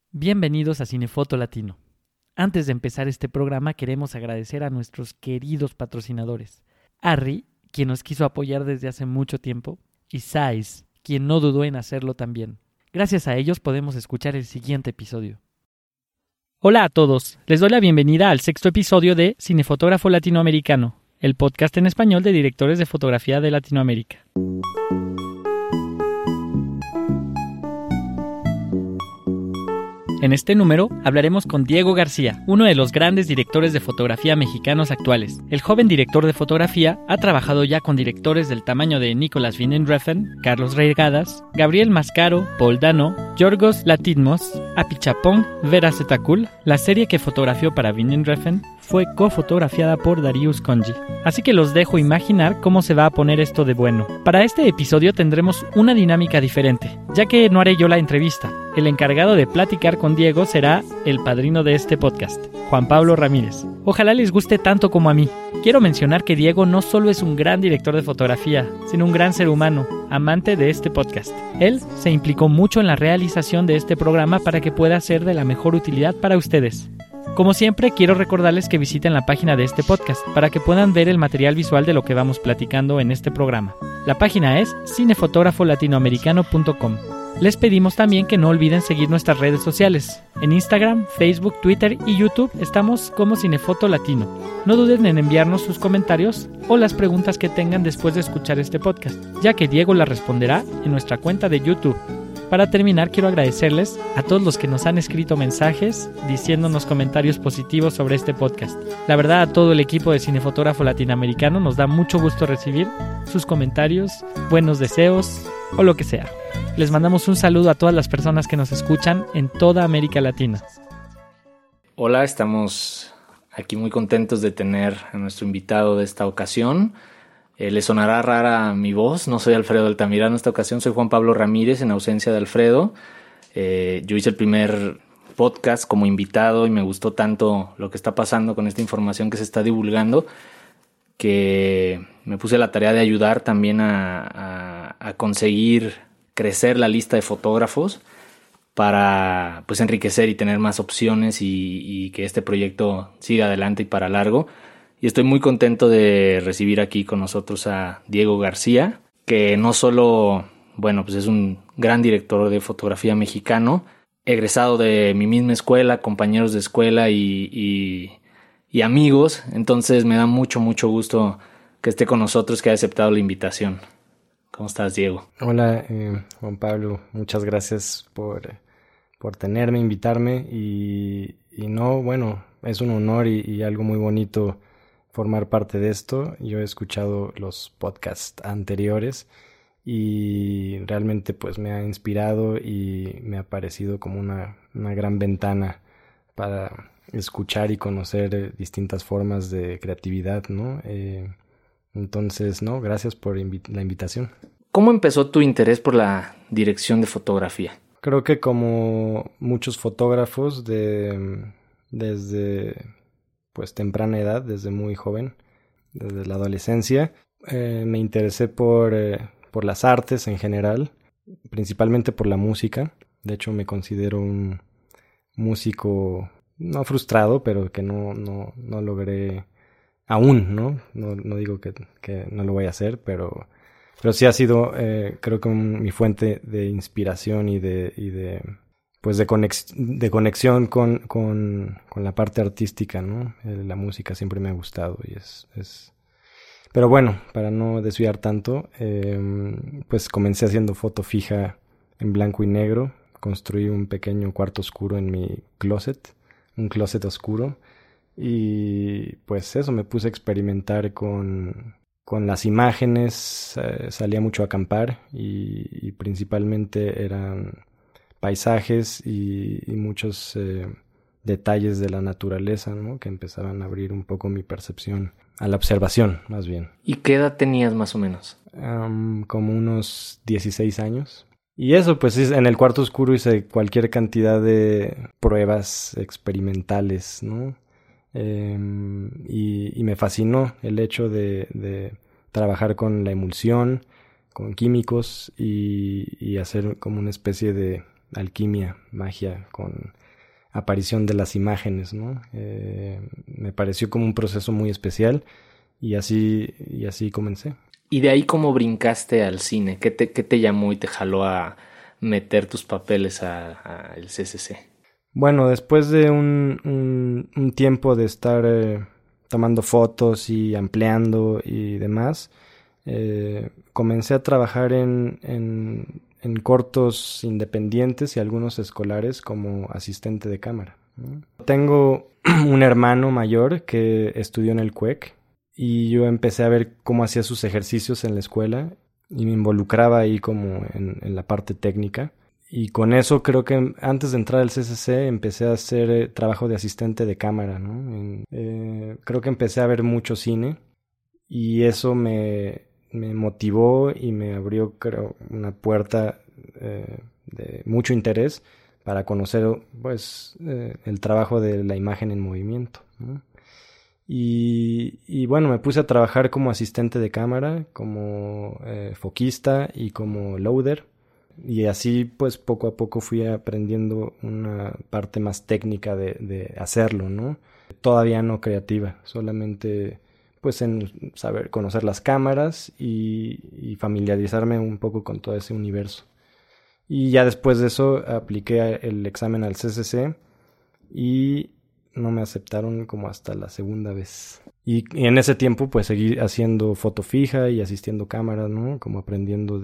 Bienvenidos a Cinefoto Latino. Antes de empezar este programa queremos agradecer a nuestros queridos patrocinadores. Arri, quien nos quiso apoyar desde hace mucho tiempo, y Sais, quien no dudó en hacerlo también. Gracias a ellos podemos escuchar el siguiente episodio. Hola a todos, les doy la bienvenida al 6º episodio de Cinefotógrafo Latinoamericano, el podcast en español de directores de fotografía de Latinoamérica. En este número hablaremos con Diego García, uno de los grandes directores de fotografía mexicanos actuales. El joven director de fotografía ha trabajado ya con directores del tamaño de Nicolas Winding Refn, Carlos Reigadas, Gabriel Mascaro, Paul Dano, Yorgos Lanthimos, Apichatpong, Vera Zetakul. La serie que fotografió para Winding Refn fue cofotografiada por Darius Khondji. Así que los dejo imaginar cómo se va a poner esto de bueno. Para este episodio tendremos una dinámica diferente, ya que no haré yo la entrevista. El encargado de platicar con Diego será el padrino de este podcast, Juan Pablo Ramírez. Ojalá les guste tanto como a mí. Quiero mencionar que Diego no solo es un gran director de fotografía, sino un gran ser humano, amante de este podcast. Él se implicó mucho en la realización de este programa para que pueda ser de la mejor utilidad para ustedes. Como siempre, quiero recordarles que visiten la página de este podcast para que puedan ver el material visual de lo que vamos platicando en este programa. La página es cinefotografolatinoamericano.com. Les pedimos también que no olviden seguir nuestras redes sociales. En Instagram, Facebook, Twitter y YouTube estamos como Cinefoto Latino. No duden en enviarnos sus comentarios o las preguntas que tengan después de escuchar este podcast, ya que Diego las responderá en nuestra cuenta de YouTube. Para terminar, quiero agradecerles a todos los que nos han escrito mensajes diciéndonos comentarios positivos sobre este podcast. La verdad, a todo el equipo de Cinefotógrafo Latinoamericano nos da mucho gusto recibir sus comentarios, buenos deseos o lo que sea. Les mandamos un saludo a todas las personas que nos escuchan en toda América Latina. Hola, estamos aquí muy contentos de tener a nuestro invitado de esta ocasión. Le sonará rara mi voz, no soy Alfredo Altamirano en esta ocasión, soy Juan Pablo Ramírez en ausencia de Alfredo. Yo hice el primer podcast como invitado y me gustó tanto lo que está pasando con esta información que se está divulgando que me puse la tarea de ayudar también a conseguir crecer la lista de fotógrafos para pues enriquecer y tener más opciones y que este proyecto siga adelante y para largo. Y estoy muy contento de recibir aquí con nosotros a Diego García, que no solo, pues es un gran director de fotografía mexicano, egresado de mi misma escuela, compañeros de escuela y amigos. Entonces me da mucho gusto que esté con nosotros, que haya aceptado la invitación. ¿Cómo estás, Diego? Hola, Juan Pablo. Muchas gracias por tenerme, invitarme. Y no, bueno, es un honor y algo muy bonito formar parte de esto. Yo he escuchado los podcasts anteriores y realmente pues me ha inspirado y me ha parecido como una gran ventana para escuchar y conocer distintas formas de creatividad, ¿no? Entonces, no, gracias por la invitación. ¿Cómo empezó tu interés por la dirección de fotografía? Creo que como muchos fotógrafos desde pues temprana edad, desde muy joven, desde la adolescencia, me interesé por las artes en general, principalmente por la música. De hecho, me considero un músico no frustrado, pero que no logré aún, ¿no? No digo que no lo voy a hacer, pero sí ha sido, creo que mi fuente de inspiración y de conexión con la parte artística, ¿no? La música siempre me ha gustado y es... Pero bueno, para no desviar tanto, pues comencé haciendo foto fija en blanco y negro. Construí un pequeño cuarto oscuro en mi closet, un closet oscuro. Y pues eso, me puse a experimentar con las imágenes. Salía mucho a acampar y principalmente eran paisajes y muchos detalles de la naturaleza, ¿no? Que empezaban a abrir un poco mi percepción a la observación, más bien. ¿Y qué edad tenías más o menos? Como unos 16 años. Y eso, pues en el cuarto oscuro hice cualquier cantidad de pruebas experimentales, ¿no? Y me fascinó el hecho de trabajar con la emulsión, con químicos y hacer como una especie de alquimia, magia con aparición de las imágenes, ¿no? Me pareció como un proceso muy especial y así comencé. ¿Y de ahí cómo brincaste al cine? ¿Qué te llamó y te jaló a meter tus papeles al CCC? Bueno, después de un tiempo de estar tomando fotos y ampliando y demás, comencé a trabajar en cortos independientes y algunos escolares como asistente de cámara, ¿no? Tengo un hermano mayor que estudió en el CUEC y yo empecé a ver cómo hacía sus ejercicios en la escuela y me involucraba ahí como en la parte técnica. Y con eso creo que antes de entrar al CCC empecé a hacer trabajo de asistente de cámara, ¿no? Creo que empecé a ver mucho cine y eso me motivó y me abrió, creo, una puerta de mucho interés para conocer, pues, el trabajo de la imagen en movimiento, ¿no? Y bueno, me puse a trabajar como asistente de cámara, como foquista y como loader. Y así, pues, poco a poco fui aprendiendo una parte más técnica de hacerlo, ¿no? Todavía no creativa, solamente, pues, en saber conocer las cámaras y familiarizarme un poco con todo ese universo. Y ya después de eso apliqué el examen al CCC y no me aceptaron como hasta la segunda vez. Y en ese tiempo, pues, seguí haciendo foto fija y asistiendo cámaras, ¿no? Como aprendiendo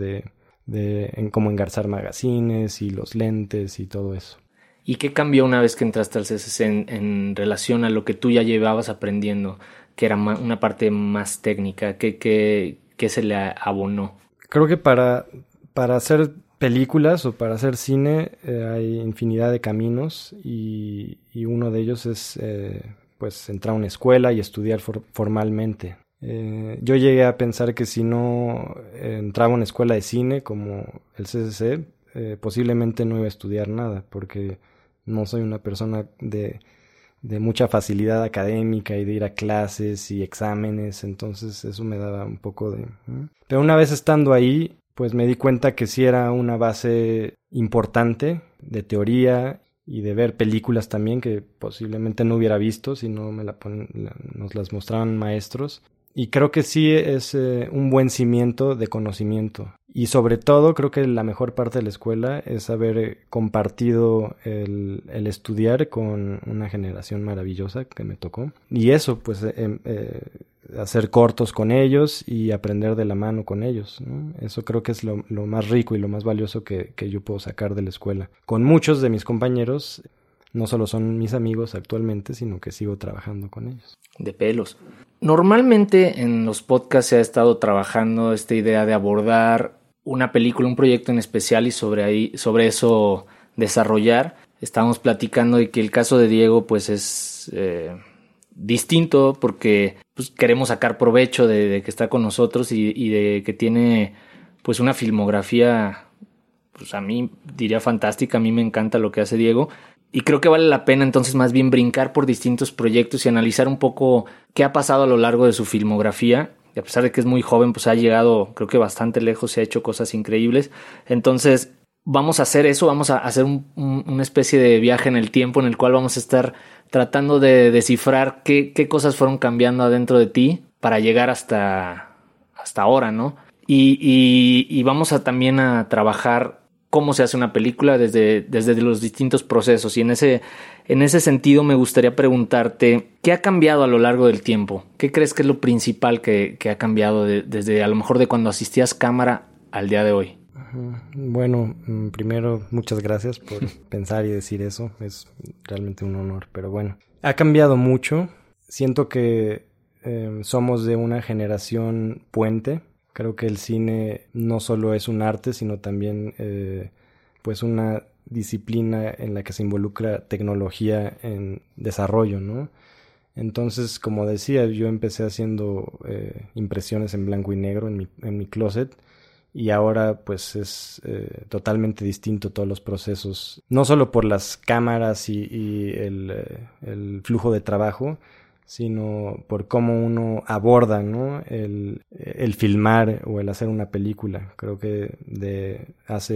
en cómo engarzar magazines y los lentes y todo eso. ¿Y qué cambió una vez que entraste al CCC en relación a lo que tú ya llevabas aprendiendo, que era una parte más técnica? ¿Qué se le abonó? Creo que para hacer películas o para hacer cine hay infinidad de caminos y uno de ellos es pues entrar a una escuela y estudiar formalmente. Yo llegué a pensar que si no entraba a una escuela de cine como el CCC, posiblemente no iba a estudiar nada, porque no soy una persona de mucha facilidad académica y de ir a clases y exámenes, entonces eso me daba un poco de... Pero una vez estando ahí, pues me di cuenta que sí era una base importante de teoría y de ver películas también que posiblemente no hubiera visto si no nos las mostraban maestros. Y creo que sí es un buen cimiento de conocimiento. Y sobre todo creo que la mejor parte de la escuela es haber compartido el estudiar con una generación maravillosa que me tocó. Y eso, pues, hacer cortos con ellos y aprender de la mano con ellos, ¿no? Eso creo que es lo más rico y lo más valioso que yo puedo sacar de la escuela. Con muchos de mis compañeros, no solo son mis amigos actualmente, sino que sigo trabajando con ellos. De pelos. Normalmente en los podcasts se ha estado trabajando esta idea de abordar una película, un proyecto en especial y sobre eso desarrollar. Estábamos platicando de que el caso de Diego pues es distinto porque pues, queremos sacar provecho de que está con nosotros y de que tiene pues una filmografía, pues a mí diría fantástica. A mí me encanta lo que hace Diego. Y creo que vale la pena entonces más bien brincar por distintos proyectos y analizar un poco qué ha pasado a lo largo de su filmografía. Y a pesar de que es muy joven, pues ha llegado creo que bastante lejos, se ha hecho cosas increíbles. Entonces vamos a hacer eso, vamos a hacer una especie de viaje en el tiempo en el cual vamos a estar tratando de descifrar qué cosas fueron cambiando adentro de ti para llegar hasta ahora, ¿no? Y vamos también a trabajar cómo se hace una película desde los distintos procesos. Y en ese sentido me gustaría preguntarte, ¿qué ha cambiado a lo largo del tiempo? ¿Qué crees que es lo principal que ha cambiado desde a lo mejor de cuando asistías cámara al día de hoy? Bueno, primero muchas gracias por pensar y decir eso. Es realmente un honor, pero bueno. Ha cambiado mucho. Siento que somos de una generación puente. Creo que el cine no solo es un arte, sino también pues una disciplina en la que se involucra tecnología en desarrollo, ¿no? Entonces, como decía, yo empecé haciendo impresiones en blanco y negro en mi closet y ahora pues es totalmente distinto todos los procesos, no solo por las cámaras y el flujo de trabajo, sino por cómo uno aborda, ¿no? el filmar o el hacer una película. Creo que de hace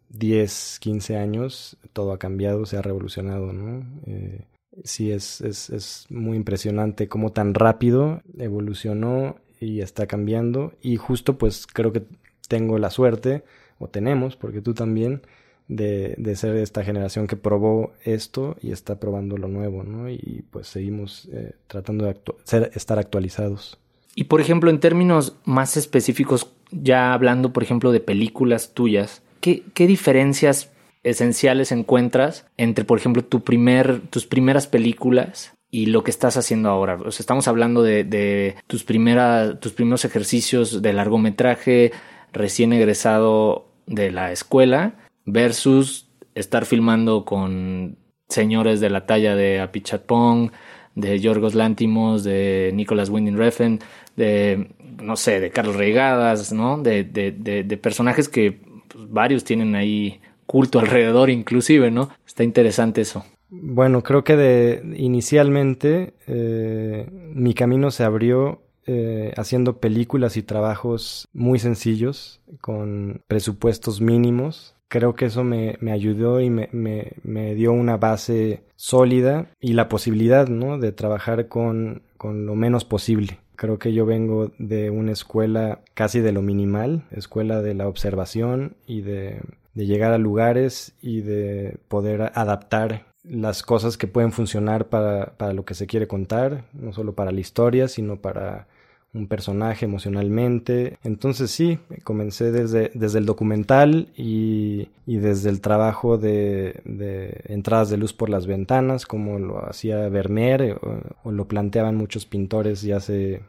10, 15 años todo ha cambiado, se ha revolucionado, ¿no? Sí, es muy impresionante cómo tan rápido evolucionó y está cambiando. Y justo pues creo que tengo la suerte, o tenemos, porque tú también, de ser esta generación que probó esto y está probando lo nuevo, ¿no? Y pues seguimos tratando de estar actualizados. Y por ejemplo, en términos más específicos, ya hablando por ejemplo de películas tuyas, ¿qué diferencias esenciales encuentras entre, por ejemplo, tus primeras películas y lo que estás haciendo ahora? O sea, estamos hablando de tus primeros ejercicios de largometraje recién egresado de la escuela versus estar filmando con señores de la talla de Apichatpong, de Yorgos Lanthimos, de Nicolas Winding Refn, de, no sé, de Carlos Reigadas, ¿no? De personajes que pues, varios tienen ahí culto alrededor inclusive, ¿no? Está interesante eso. Bueno, creo que inicialmente mi camino se abrió haciendo películas y trabajos muy sencillos, con presupuestos mínimos. Creo que eso me ayudó y me dio una base sólida y la posibilidad, ¿no?, de trabajar con lo menos posible. Creo que yo vengo de una escuela casi de lo minimal, escuela de la observación y de llegar a lugares y de poder adaptar las cosas que pueden funcionar para lo que se quiere contar, no solo para la historia, sino para un personaje emocionalmente. Entonces sí, comencé desde el documental y desde el trabajo de entradas de luz por las ventanas, como lo hacía Vermeer o lo planteaban muchos pintores ya hace,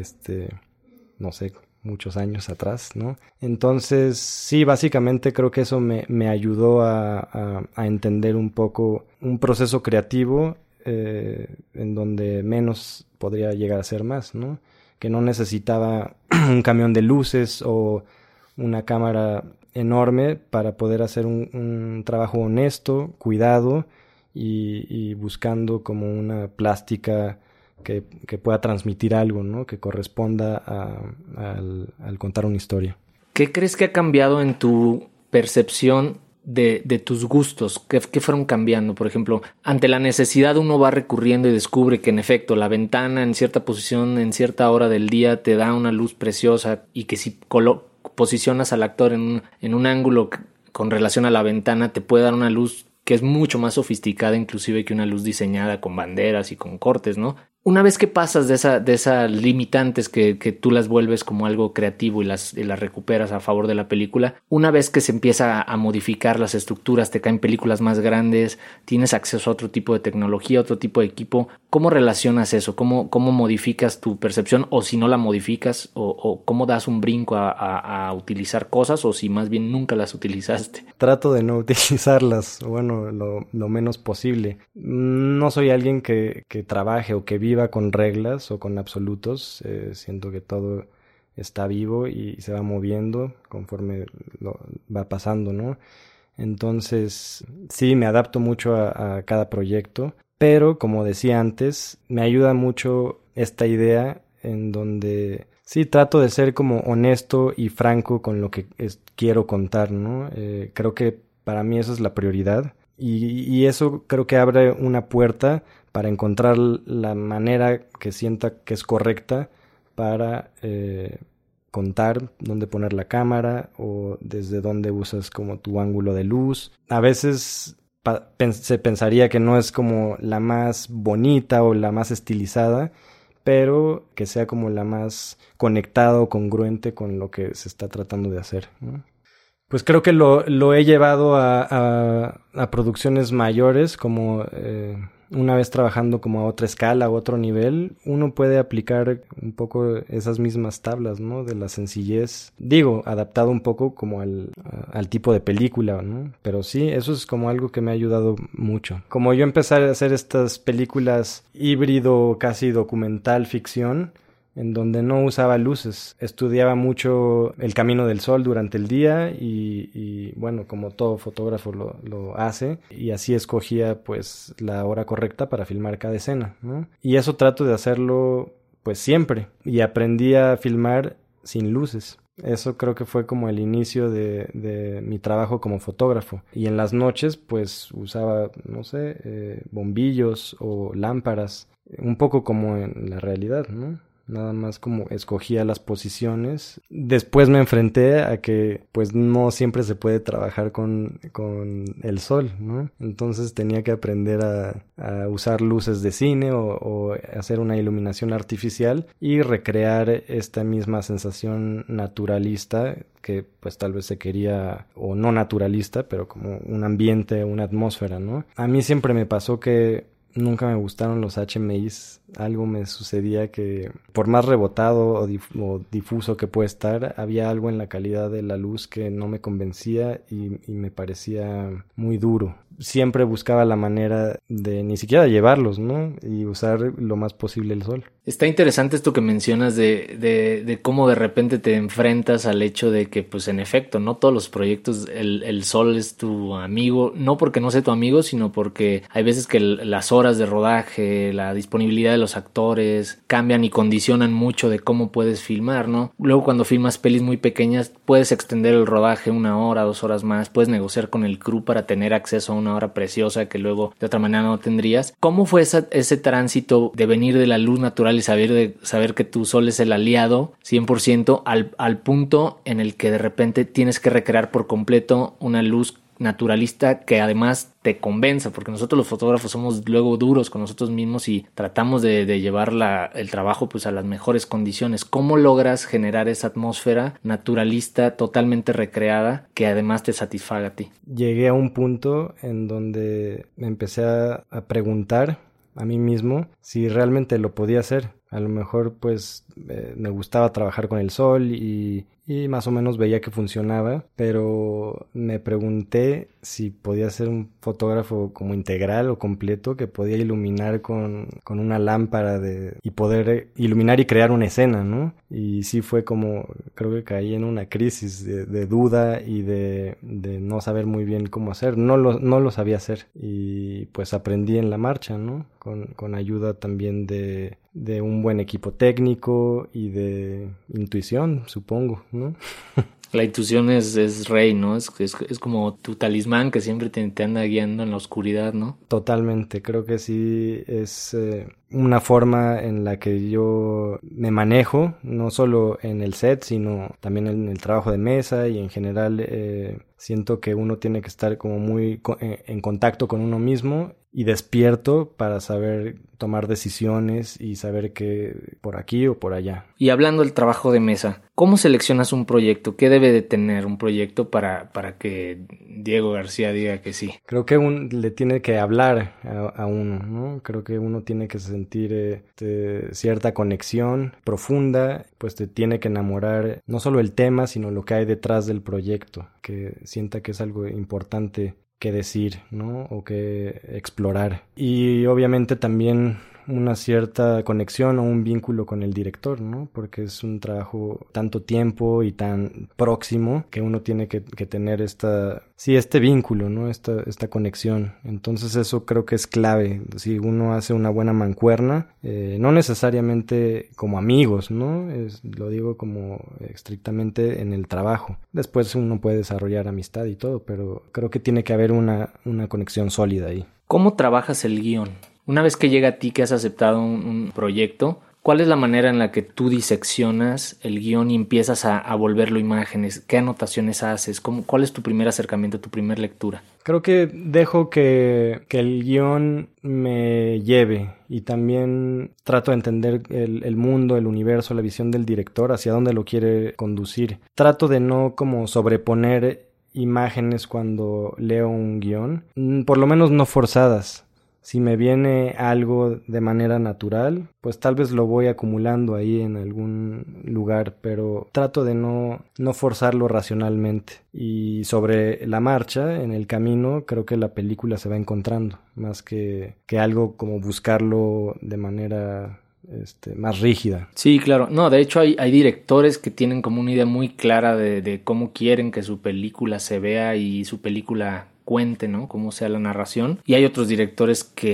no sé, muchos años atrás, ¿no? Entonces sí, básicamente creo que eso me ayudó a entender un poco un proceso creativo en donde menos podría llegar a ser más, ¿no? Que no necesitaba un camión de luces o una cámara enorme para poder hacer un trabajo honesto, cuidado y buscando como una plástica que pueda transmitir algo, ¿no? Que corresponda al contar una historia. ¿Qué crees que ha cambiado en tu percepción de tus gustos? ¿Qué fueron cambiando? Por ejemplo, ante la necesidad uno va recurriendo y descubre que en efecto la ventana en cierta posición, en cierta hora del día te da una luz preciosa y que si posicionas al actor en un ángulo con relación a la ventana te puede dar una luz que es mucho más sofisticada inclusive que una luz diseñada con banderas y con cortes, ¿no? Una vez que pasas de esas limitantes que tú las vuelves como algo creativo y las recuperas a favor de la película, una vez que se empieza a modificar las estructuras, te caen películas más grandes, tienes acceso a otro tipo de tecnología, otro tipo de equipo, ¿cómo relacionas eso? ¿Cómo modificas tu percepción? O si no la modificas, o cómo das un brinco a utilizar cosas, o si más bien nunca las utilizaste. Trato de no utilizarlas, bueno, lo menos posible. No soy alguien que trabaje o que viva con reglas o con absolutos. Siento que todo está vivo y se va moviendo conforme va pasando, ¿no? Entonces, sí, me adapto mucho a cada proyecto, pero como decía antes, me ayuda mucho esta idea en donde sí trato de ser como honesto y franco con lo que quiero contar, ¿no? Creo que para mí eso es la prioridad y eso creo que abre una puerta para encontrar la manera que sienta que es correcta para contar dónde poner la cámara o desde dónde usas como tu ángulo de luz. A veces se pensaría que no es como la más bonita o la más estilizada, pero que sea como la más conectada o congruente con lo que se está tratando de hacer, ¿no? Pues creo que lo he llevado a producciones mayores, como una vez trabajando como a otra escala, a otro nivel, uno puede aplicar un poco esas mismas tablas, ¿no? De la sencillez, digo, adaptado un poco como al tipo de película, ¿no? Pero sí, eso es como algo que me ha ayudado mucho. Como yo empecé a hacer estas películas híbrido, casi documental, ficción, en donde no usaba luces, estudiaba mucho el camino del sol durante el día y bueno, como todo fotógrafo lo hace, y así escogía pues la hora correcta para filmar cada escena, ¿no? Y eso trato de hacerlo pues siempre, y aprendí a filmar sin luces. Eso creo que fue como el inicio de mi trabajo como fotógrafo. Y en las noches pues usaba, no sé, bombillos o lámparas, un poco como en la realidad, ¿no? Nada más como escogía las posiciones. Después me enfrenté a que pues no siempre se puede trabajar con el sol, ¿no? Entonces tenía que aprender a usar luces de cine o hacer una iluminación artificial y recrear esta misma sensación naturalista que pues tal vez se quería, o no naturalista, pero como un ambiente, una atmósfera, ¿no? A mí siempre me pasó que nunca me gustaron los HMIs. Algo me sucedía que por más rebotado o difuso que puede estar, había algo en la calidad de la luz que no me convencía y me parecía muy duro. Siempre buscaba la manera de ni siquiera llevarlos, ¿no? Y usar lo más posible el sol. Está interesante esto que mencionas de cómo de repente te enfrentas al hecho de que, pues en efecto, no todos los proyectos el sol es tu amigo, no porque no sea tu amigo, sino porque hay veces que las horas de rodaje, la disponibilidad de los actores cambian y condicionan mucho de cómo puedes filmar, ¿no? Luego cuando filmas pelis muy pequeñas puedes extender el rodaje 1 hora, 2 horas más, puedes negociar con el crew para tener acceso a una hora preciosa que luego de otra manera no tendrías. ¿Cómo fue ese tránsito de venir de la luz natural y saber que tu sol es el aliado 100% al punto en el que de repente tienes que recrear por completo una luz naturalista que además te convenza? Porque nosotros los fotógrafos somos luego duros con nosotros mismos y tratamos de llevar el trabajo pues a las mejores condiciones. ¿Cómo logras generar esa atmósfera naturalista totalmente recreada que además te satisfaga a ti? Llegué a un punto en donde me empecé a preguntar a mí mismo si realmente lo podía hacer. A lo mejor pues me gustaba trabajar con el sol y más o menos veía que funcionaba, pero me pregunté si podía ser un fotógrafo como integral o completo que podía iluminar con una lámpara y poder iluminar y crear una escena, ¿no? Y sí fue como, creo que caí en una crisis de duda y de no saber muy bien cómo hacer. No lo sabía hacer y pues aprendí en la marcha, ¿no? Con ayuda también de un buen equipo técnico y de intuición, supongo, ¿no? La intuición es rey, ¿no? Es como tu talismán que siempre te anda guiando en la oscuridad, ¿no? Totalmente, creo que sí es una forma en la que yo me manejo, no solo en el set, sino también en el trabajo de mesa y en general siento que uno tiene que estar como muy en contacto con uno mismo y despierto para saber tomar decisiones y saber que por aquí o por allá. Y hablando del trabajo de mesa, ¿cómo seleccionas un proyecto? ¿Qué debe de tener un proyecto para que Diego García diga que sí? Creo que le tiene que hablar a uno, ¿no? Creo que uno tiene que sentir cierta conexión profunda, pues te tiene que enamorar no solo el tema, sino lo que hay detrás del proyecto, que sienta que es algo importante que decir, ¿no? O que explorar. Y obviamente también una cierta conexión o un vínculo con el director, ¿no? Porque es un trabajo tanto tiempo y tan próximo que uno tiene que tener este vínculo, ¿no? Esta conexión. Entonces eso creo que es clave. Si uno hace una buena mancuerna, no necesariamente como amigos, ¿no? Lo digo como estrictamente en el trabajo. Después uno puede desarrollar amistad y todo, pero creo que tiene que haber una conexión sólida ahí. ¿Cómo trabajas el guión? Una vez que llega a ti que has aceptado un proyecto, ¿cuál es la manera en la que tú diseccionas el guión y empiezas a volverlo imágenes? ¿Qué anotaciones haces? ¿Cuál es tu primer acercamiento, tu primer lectura? Creo que dejo que el guión me lleve y también trato de entender el mundo, el universo, la visión del director, hacia dónde lo quiere conducir. Trato de no como sobreponer imágenes cuando leo un guión, por lo menos no forzadas. Si me viene algo de manera natural, pues tal vez lo voy acumulando ahí en algún lugar, pero trato de no forzarlo racionalmente. Y sobre la marcha, en el camino, creo que la película se va encontrando, más que algo como buscarlo de manera más rígida. Sí, claro. No, de hecho hay directores que tienen como una idea muy clara de cómo quieren que su película se vea y su película cuente, ¿no? Cómo sea la narración. Y hay otros directores que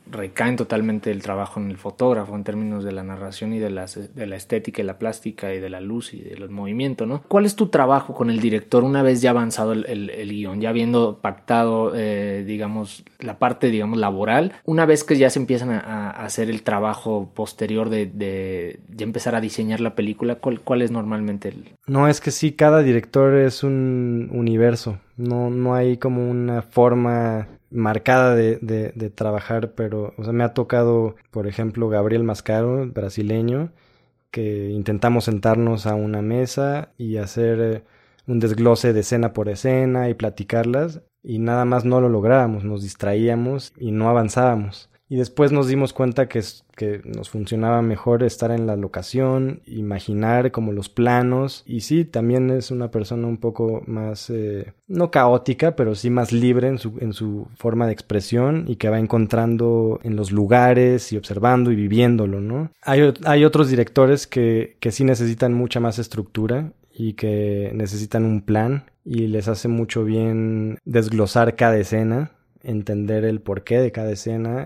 recaen totalmente el trabajo en el fotógrafo en términos de la narración y de la estética y la plástica y de la luz y del movimiento, ¿no? ¿Cuál es tu trabajo con el director una vez ya avanzado el guión, ya habiendo pactado, digamos, la parte, digamos, laboral, una vez que ya se empiezan a hacer el trabajo posterior de ya empezar a diseñar la película? ¿Cuál es normalmente el...? No, es que sí, cada director es un universo. No hay como una forma marcada de trabajar, pero, o sea, me ha tocado, por ejemplo, Gabriel Mascaro, brasileño, que intentamos sentarnos a una mesa y hacer un desglose de escena por escena y platicarlas, y nada más no lo lográbamos, nos distraíamos y no avanzábamos. Y después nos dimos cuenta que nos funcionaba mejor estar en la locación, imaginar como los planos. Y sí, también es una persona un poco más, no caótica, pero sí más libre en su forma de expresión y que va encontrando en los lugares y observando y viviéndolo, ¿no? Hay otros directores que sí necesitan mucha más estructura y que necesitan un plan y les hace mucho bien desglosar cada escena, entender el porqué de cada escena,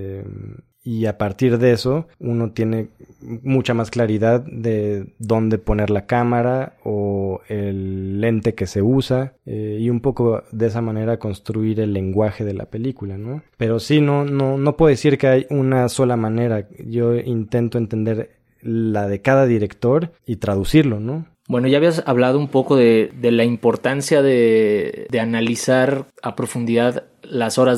y a partir de eso uno tiene mucha más claridad de dónde poner la cámara o el lente que se usa, y un poco de esa manera construir el lenguaje de la película, ¿no? Pero sí, no puedo decir que hay una sola manera. Yo intento entender la de cada director y traducirlo, ¿no? Bueno, ya habías hablado un poco de la importancia de analizar a profundidad las horas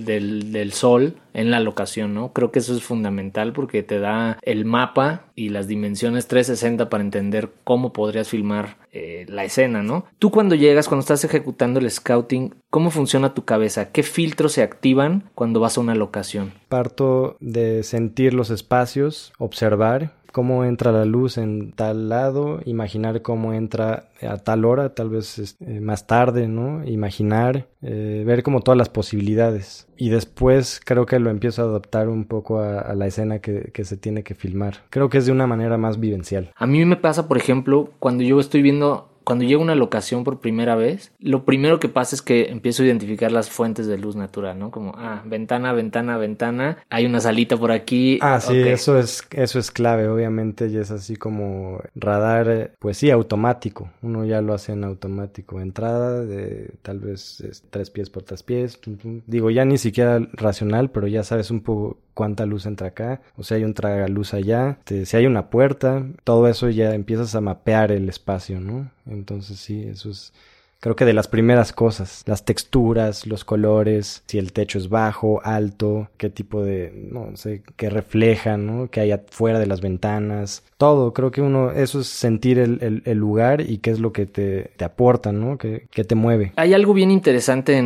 del sol en la locación, ¿no? Creo que eso es fundamental porque te da el mapa y las dimensiones 360 para entender cómo podrías filmar la escena, ¿no? Tú cuando estás ejecutando el scouting, ¿cómo funciona tu cabeza? ¿Qué filtros se activan cuando vas a una locación? Parto de sentir los espacios, observar cómo entra la luz en tal lado, imaginar cómo entra a tal hora, tal vez más tarde, ¿no? Imaginar, ver como todas las posibilidades. Y después creo que lo empiezo a adaptar un poco a la escena que se tiene que filmar. Creo que es de una manera más vivencial. A mí me pasa, por ejemplo, cuando llego a una locación por primera vez, lo primero que pasa es que empiezo a identificar las fuentes de luz natural, ¿no? Como, ventana, ventana, ventana, hay una salita por aquí. Sí, okay. Eso es clave, obviamente, y es así como radar, pues sí, automático. Uno ya lo hace en automático. Entrada de tal vez 3 pies por 3 pies. Digo, ya ni siquiera racional, pero ya sabes un poco cuánta luz entra acá, o sea, hay un tragaluz allá, si hay una puerta, todo eso ya empiezas a mapear el espacio, ¿no? Entonces sí, eso es, creo que de las primeras cosas, las texturas, los colores, si el techo es bajo, alto, qué tipo de, no sé, qué refleja, ¿no? Qué hay afuera de las ventanas, todo, creo que eso es sentir el lugar y qué es lo que te aporta, ¿no? Qué te mueve. Hay algo bien interesante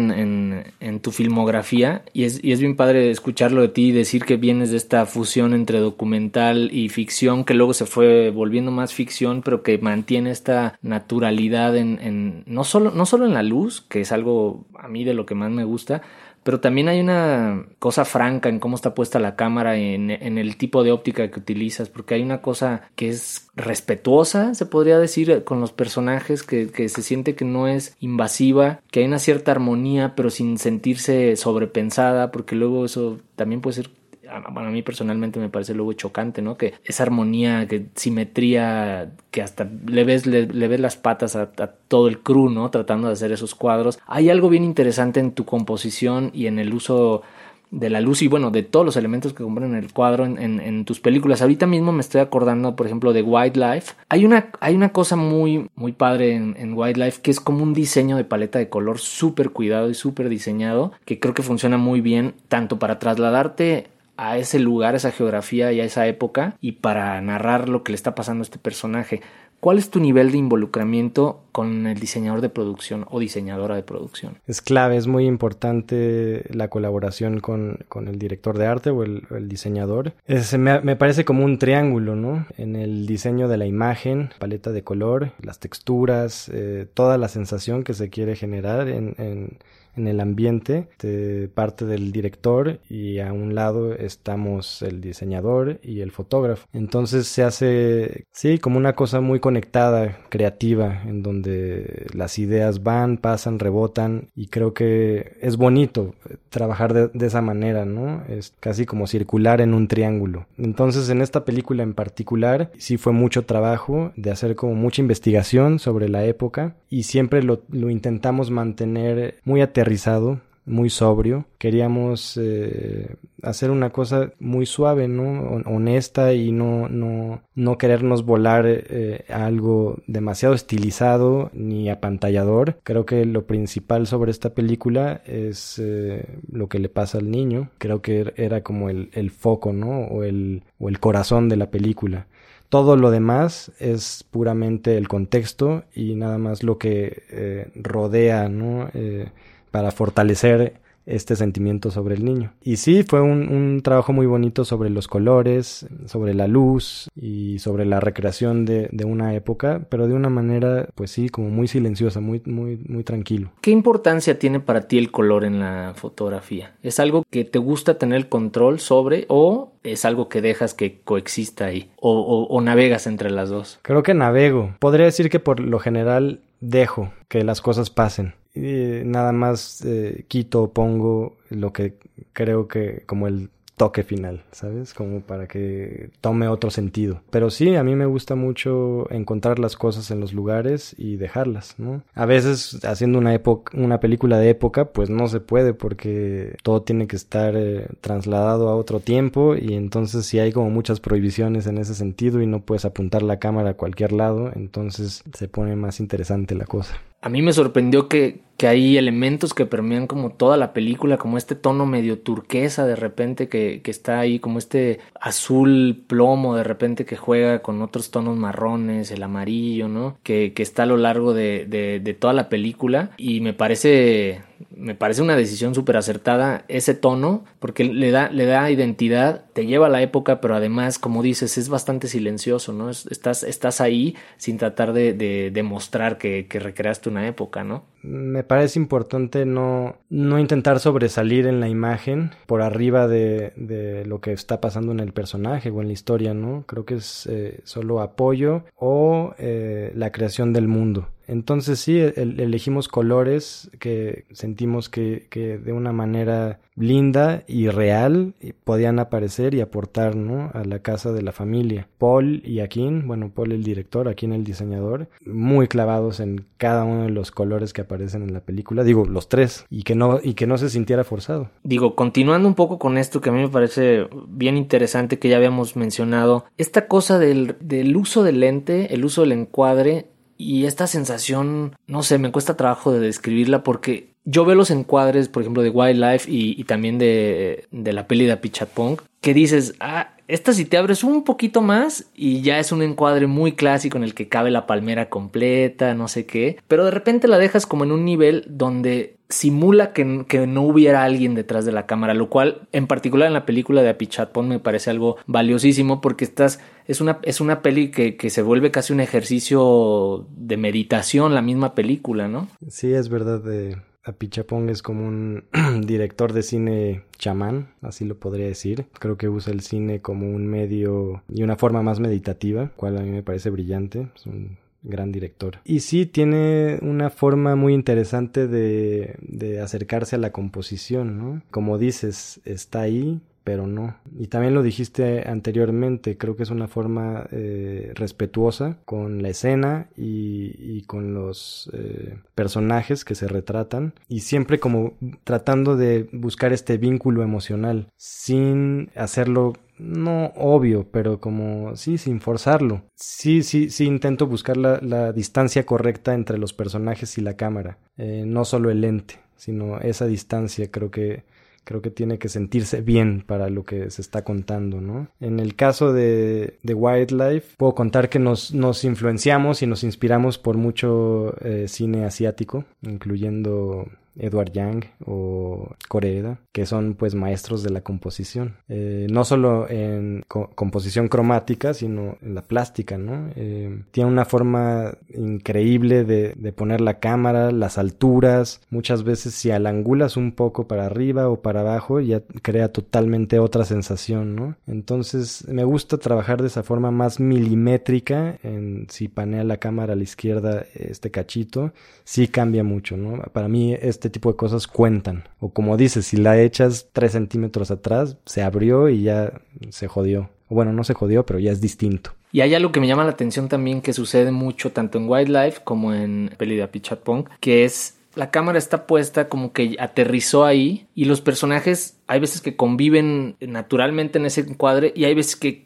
en tu filmografía y es bien padre escucharlo de ti y decir que vienes de esta fusión entre documental y ficción que luego se fue volviendo más ficción, pero que mantiene esta naturalidad en no solo en la luz, que es algo a mí de lo que más me gusta, pero también hay una cosa franca en cómo está puesta la cámara, en el tipo de óptica que utilizas, porque hay una cosa que es respetuosa, se podría decir, con los personajes, que se siente que no es invasiva, que hay una cierta armonía, pero sin sentirse sobrepensada, porque luego eso también puede ser, bueno, a mí personalmente me parece luego chocante, ¿no? Que esa armonía, que simetría, que hasta le ves las patas a todo el crew, ¿no? Tratando de hacer esos cuadros. Hay algo bien interesante en tu composición y en el uso de la luz y, bueno, de todos los elementos que componen el cuadro en tus películas. Ahorita mismo me estoy acordando, por ejemplo, de Wildlife. Hay una cosa muy, muy padre en Wildlife, que es como un diseño de paleta de color súper cuidado y súper diseñado, que creo que funciona muy bien, tanto para trasladarte a ese lugar, a esa geografía y a esa época, y para narrar lo que le está pasando a este personaje. ¿Cuál es tu nivel de involucramiento con el diseñador de producción o diseñadora de producción? Es clave, es muy importante la colaboración con el director de arte o el diseñador. Me parece como un triángulo, ¿no? En el diseño de la imagen, paleta de color, las texturas, toda la sensación que se quiere generar en en el ambiente, parte del director, y a un lado estamos el diseñador y el fotógrafo. Entonces se hace, sí, como una cosa muy conectada, creativa, en donde las ideas van, pasan, rebotan, y creo que es bonito trabajar de esa manera, ¿no? Es casi como circular en un triángulo. Entonces en esta película en particular sí fue mucho trabajo de hacer como mucha investigación sobre la época, y siempre lo intentamos mantener muy aterrizado, muy sobrio. Queríamos hacer una cosa muy suave, ¿no? Honesta, y no querernos volar a algo demasiado estilizado ni apantallador. Creo que lo principal sobre esta película es lo que le pasa al niño. Creo que era como el foco, ¿no? O el corazón de la película. Todo lo demás es puramente el contexto y nada más lo que rodea, ¿no? Para fortalecer este sentimiento sobre el niño. Y sí, fue un trabajo muy bonito sobre los colores, sobre la luz y sobre la recreación de una época, pero de una manera, pues sí, como muy silenciosa, muy tranquilo. ¿Qué importancia tiene para ti el color en la fotografía? ¿Es algo que te gusta tener el control sobre, o es algo que dejas que coexista ahí? ¿O navegas entre las dos? Creo que navego. Podría decir que por lo general dejo que las cosas pasen. Nada más quito o pongo lo que creo que como el toque final, ¿sabes? Como para que tome otro sentido. Pero sí, a mí me gusta mucho encontrar las cosas en los lugares y dejarlas, ¿no? A veces haciendo una película de época, pues no se puede porque todo tiene que estar trasladado a otro tiempo, y entonces sí hay como muchas prohibiciones en ese sentido y no puedes apuntar la cámara a cualquier lado, entonces se pone más interesante la cosa. A mí me sorprendió que hay elementos que permean como toda la película, como este tono medio turquesa de repente que está ahí, como este azul plomo de repente que juega con otros tonos marrones, el amarillo, ¿no? Que está a lo largo de toda la película, y me parece una decisión súper acertada ese tono, porque le da identidad, te lleva a la época, pero además, como dices, es bastante silencioso, ¿no? Estás ahí sin tratar de demostrar que recreaste una época, ¿no? Me parece importante no intentar sobresalir en la imagen por arriba de lo que está pasando en el personaje o en la historia, ¿no? Creo que es solo apoyo o la creación del mundo. Entonces sí, elegimos colores que sentimos que de una manera linda y real podían aparecer y aportar, ¿no? A la casa de la familia. Paul y Akin, bueno, Paul el director, Akin el diseñador, muy clavados en cada uno de los colores que aparecen en la película, digo, los tres, y que no se sintiera forzado. Digo, continuando un poco con esto que a mí me parece bien interesante, que ya habíamos mencionado, esta cosa del uso del lente, el uso del encuadre, y esta sensación, no sé, me cuesta trabajo de describirla, porque yo veo los encuadres, por ejemplo, de Wildlife y también de la peli de Apichatpong, que dices, esta si te abres un poquito más y ya es un encuadre muy clásico en el que cabe la palmera completa, no sé qué, pero de repente la dejas como en un nivel donde simula que no hubiera alguien detrás de la cámara, lo cual en particular en la película de Apichatpong me parece algo valiosísimo, porque es una peli que se vuelve casi un ejercicio de meditación, la misma película, ¿no? Sí, es verdad. Apichatpong es como un director de cine chamán, así lo podría decir. Creo que usa el cine como un medio y una forma más meditativa, cual a mí me parece brillante. Es un gran director. Y sí, tiene una forma muy interesante de acercarse a la composición, ¿no? Como dices, está ahí, pero no. Y también lo dijiste anteriormente, creo que es una forma respetuosa con la escena y con los personajes que se retratan, y siempre como tratando de buscar este vínculo emocional sin hacerlo, no obvio, pero como sí, sin forzarlo. Sí intento buscar la distancia correcta entre los personajes y la cámara, no solo el lente, sino esa distancia. Creo que tiene que sentirse bien para lo que se está contando, ¿no? En el caso de Wildlife, puedo contar que nos influenciamos y nos inspiramos por mucho cine asiático, incluyendo Edward Yang o Koreeda, que son pues maestros de la composición. No solo en composición cromática, sino en la plástica, ¿no? Tiene una forma increíble de poner la cámara, las alturas. Muchas veces si alangulas un poco para arriba o para abajo, ya crea totalmente otra sensación, ¿no? Entonces me gusta trabajar de esa forma más milimétrica. Si panea la cámara a la izquierda este cachito, sí cambia mucho, ¿no? Para mí este tipo de cosas cuentan. O como dices, si la echas 3 centímetros atrás, se abrió y ya se jodió. Bueno, no se jodió, pero ya es distinto. Y hay algo que me llama la atención también, que sucede mucho tanto en Wildlife como en Peli de Apichatpong, que es la cámara está puesta como que aterrizó ahí y los personajes hay veces que conviven naturalmente en ese encuadre y hay veces que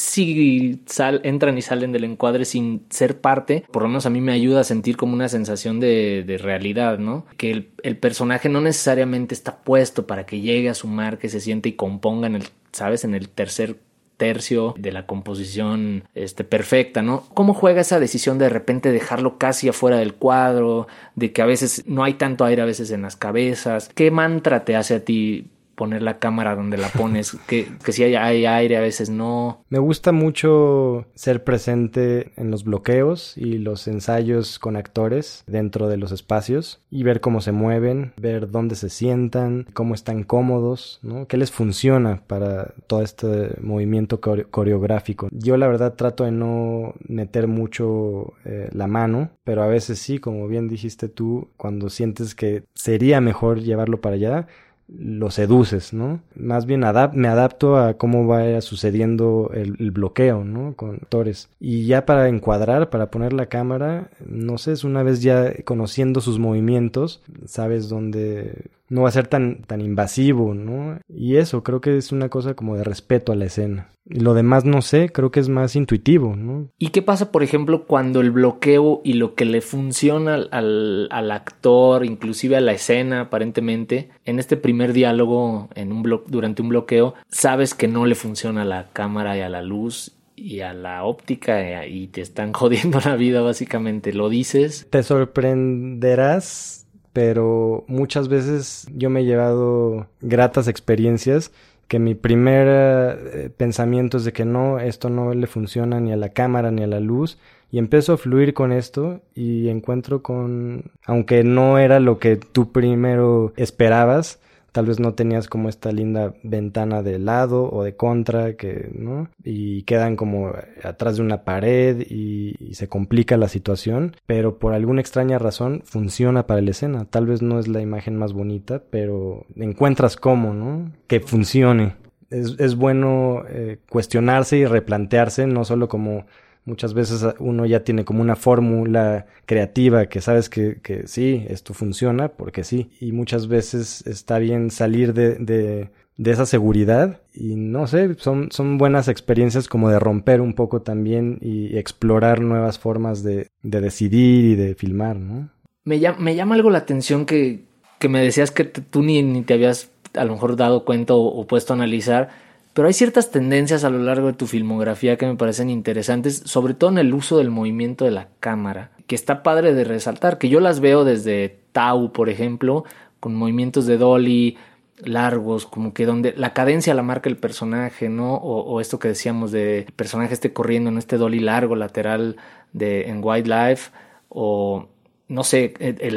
casi entran y salen del encuadre sin ser parte. Por lo menos a mí me ayuda a sentir como una sensación de realidad, ¿no? Que el personaje no necesariamente está puesto para que llegue a su mar, que se siente y componga en el tercer tercio de la composición perfecta, ¿no? ¿Cómo juega esa decisión de repente dejarlo casi afuera del cuadro, de que a veces no hay tanto aire a veces en las cabezas? ¿Qué mantra te hace a ti poner la cámara donde la pones? que si hay aire, a veces no. Me gusta mucho ser presente en los bloqueos y los ensayos con actores dentro de los espacios y ver cómo se mueven, ver dónde se sientan, cómo están cómodos, ¿no? ¿Qué les funciona para todo este movimiento coreográfico? Yo la verdad trato de no meter mucho la mano, pero a veces sí, como bien dijiste tú, cuando sientes que sería mejor llevarlo para allá, lo seduces, ¿no? Más bien me adapto a cómo vaya sucediendo el bloqueo, ¿no? Con actores. Y ya para encuadrar, para poner la cámara, no sé, es una vez ya conociendo sus movimientos, sabes dónde no va a ser tan invasivo, ¿no? Y eso, creo que es una cosa como de respeto a la escena. Y lo demás, no sé, creo que es más intuitivo, ¿no? ¿Y qué pasa, por ejemplo, cuando el bloqueo y lo que le funciona al actor, inclusive a la escena, aparentemente, en este primer diálogo durante un bloqueo, sabes que no le funciona a la cámara y a la luz y a la óptica y te están jodiendo la vida, básicamente? ¿Lo dices? Te sorprenderás, pero muchas veces yo me he llevado gratas experiencias que mi primer pensamiento es de que no, esto no le funciona ni a la cámara ni a la luz, y empiezo a fluir con esto y encuentro aunque no era lo que tú primero esperabas, tal vez no tenías como esta linda ventana de lado o de contra, ¿no? Y quedan como atrás de una pared y se complica la situación, pero por alguna extraña razón funciona para la escena. Tal vez no es la imagen más bonita, pero encuentras cómo, ¿no? Que funcione. Es bueno cuestionarse y replantearse, no solo como muchas veces uno ya tiene como una fórmula creativa que sabes que sí, esto funciona porque sí. Y muchas veces está bien salir de esa seguridad y no sé, son buenas experiencias como de romper un poco también y explorar nuevas formas de decidir y de filmar, ¿no? Me llama algo la atención que me decías que tú ni te habías a lo mejor dado cuenta o puesto a analizar. Pero hay ciertas tendencias a lo largo de tu filmografía que me parecen interesantes, sobre todo en el uso del movimiento de la cámara, que está padre de resaltar, que yo las veo desde Tau, por ejemplo, con movimientos de dolly largos, como que donde la cadencia la marca el personaje, ¿no? O esto que decíamos de el personaje corriendo en este dolly largo lateral en Wildlife, o no sé,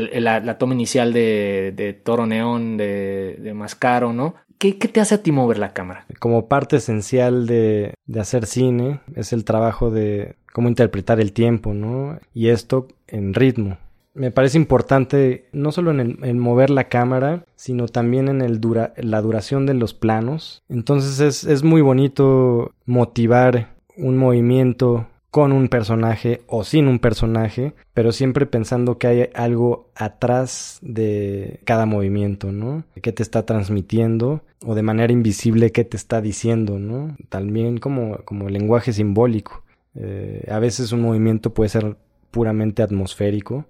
la toma inicial de Toro Neón, de Mascaro, ¿no? ¿Qué te hace a ti mover la cámara? Como parte esencial de hacer cine es el trabajo de cómo interpretar el tiempo, ¿no? Y esto en ritmo. Me parece importante no solo en mover la cámara, sino también en la duración de los planos. Entonces es muy bonito motivar un movimiento con un personaje o sin un personaje, pero siempre pensando que hay algo atrás de cada movimiento, ¿no? ¿Qué te está transmitiendo? O de manera invisible, ¿qué te está diciendo, ¿no? También como lenguaje simbólico. A veces un movimiento puede ser puramente atmosférico,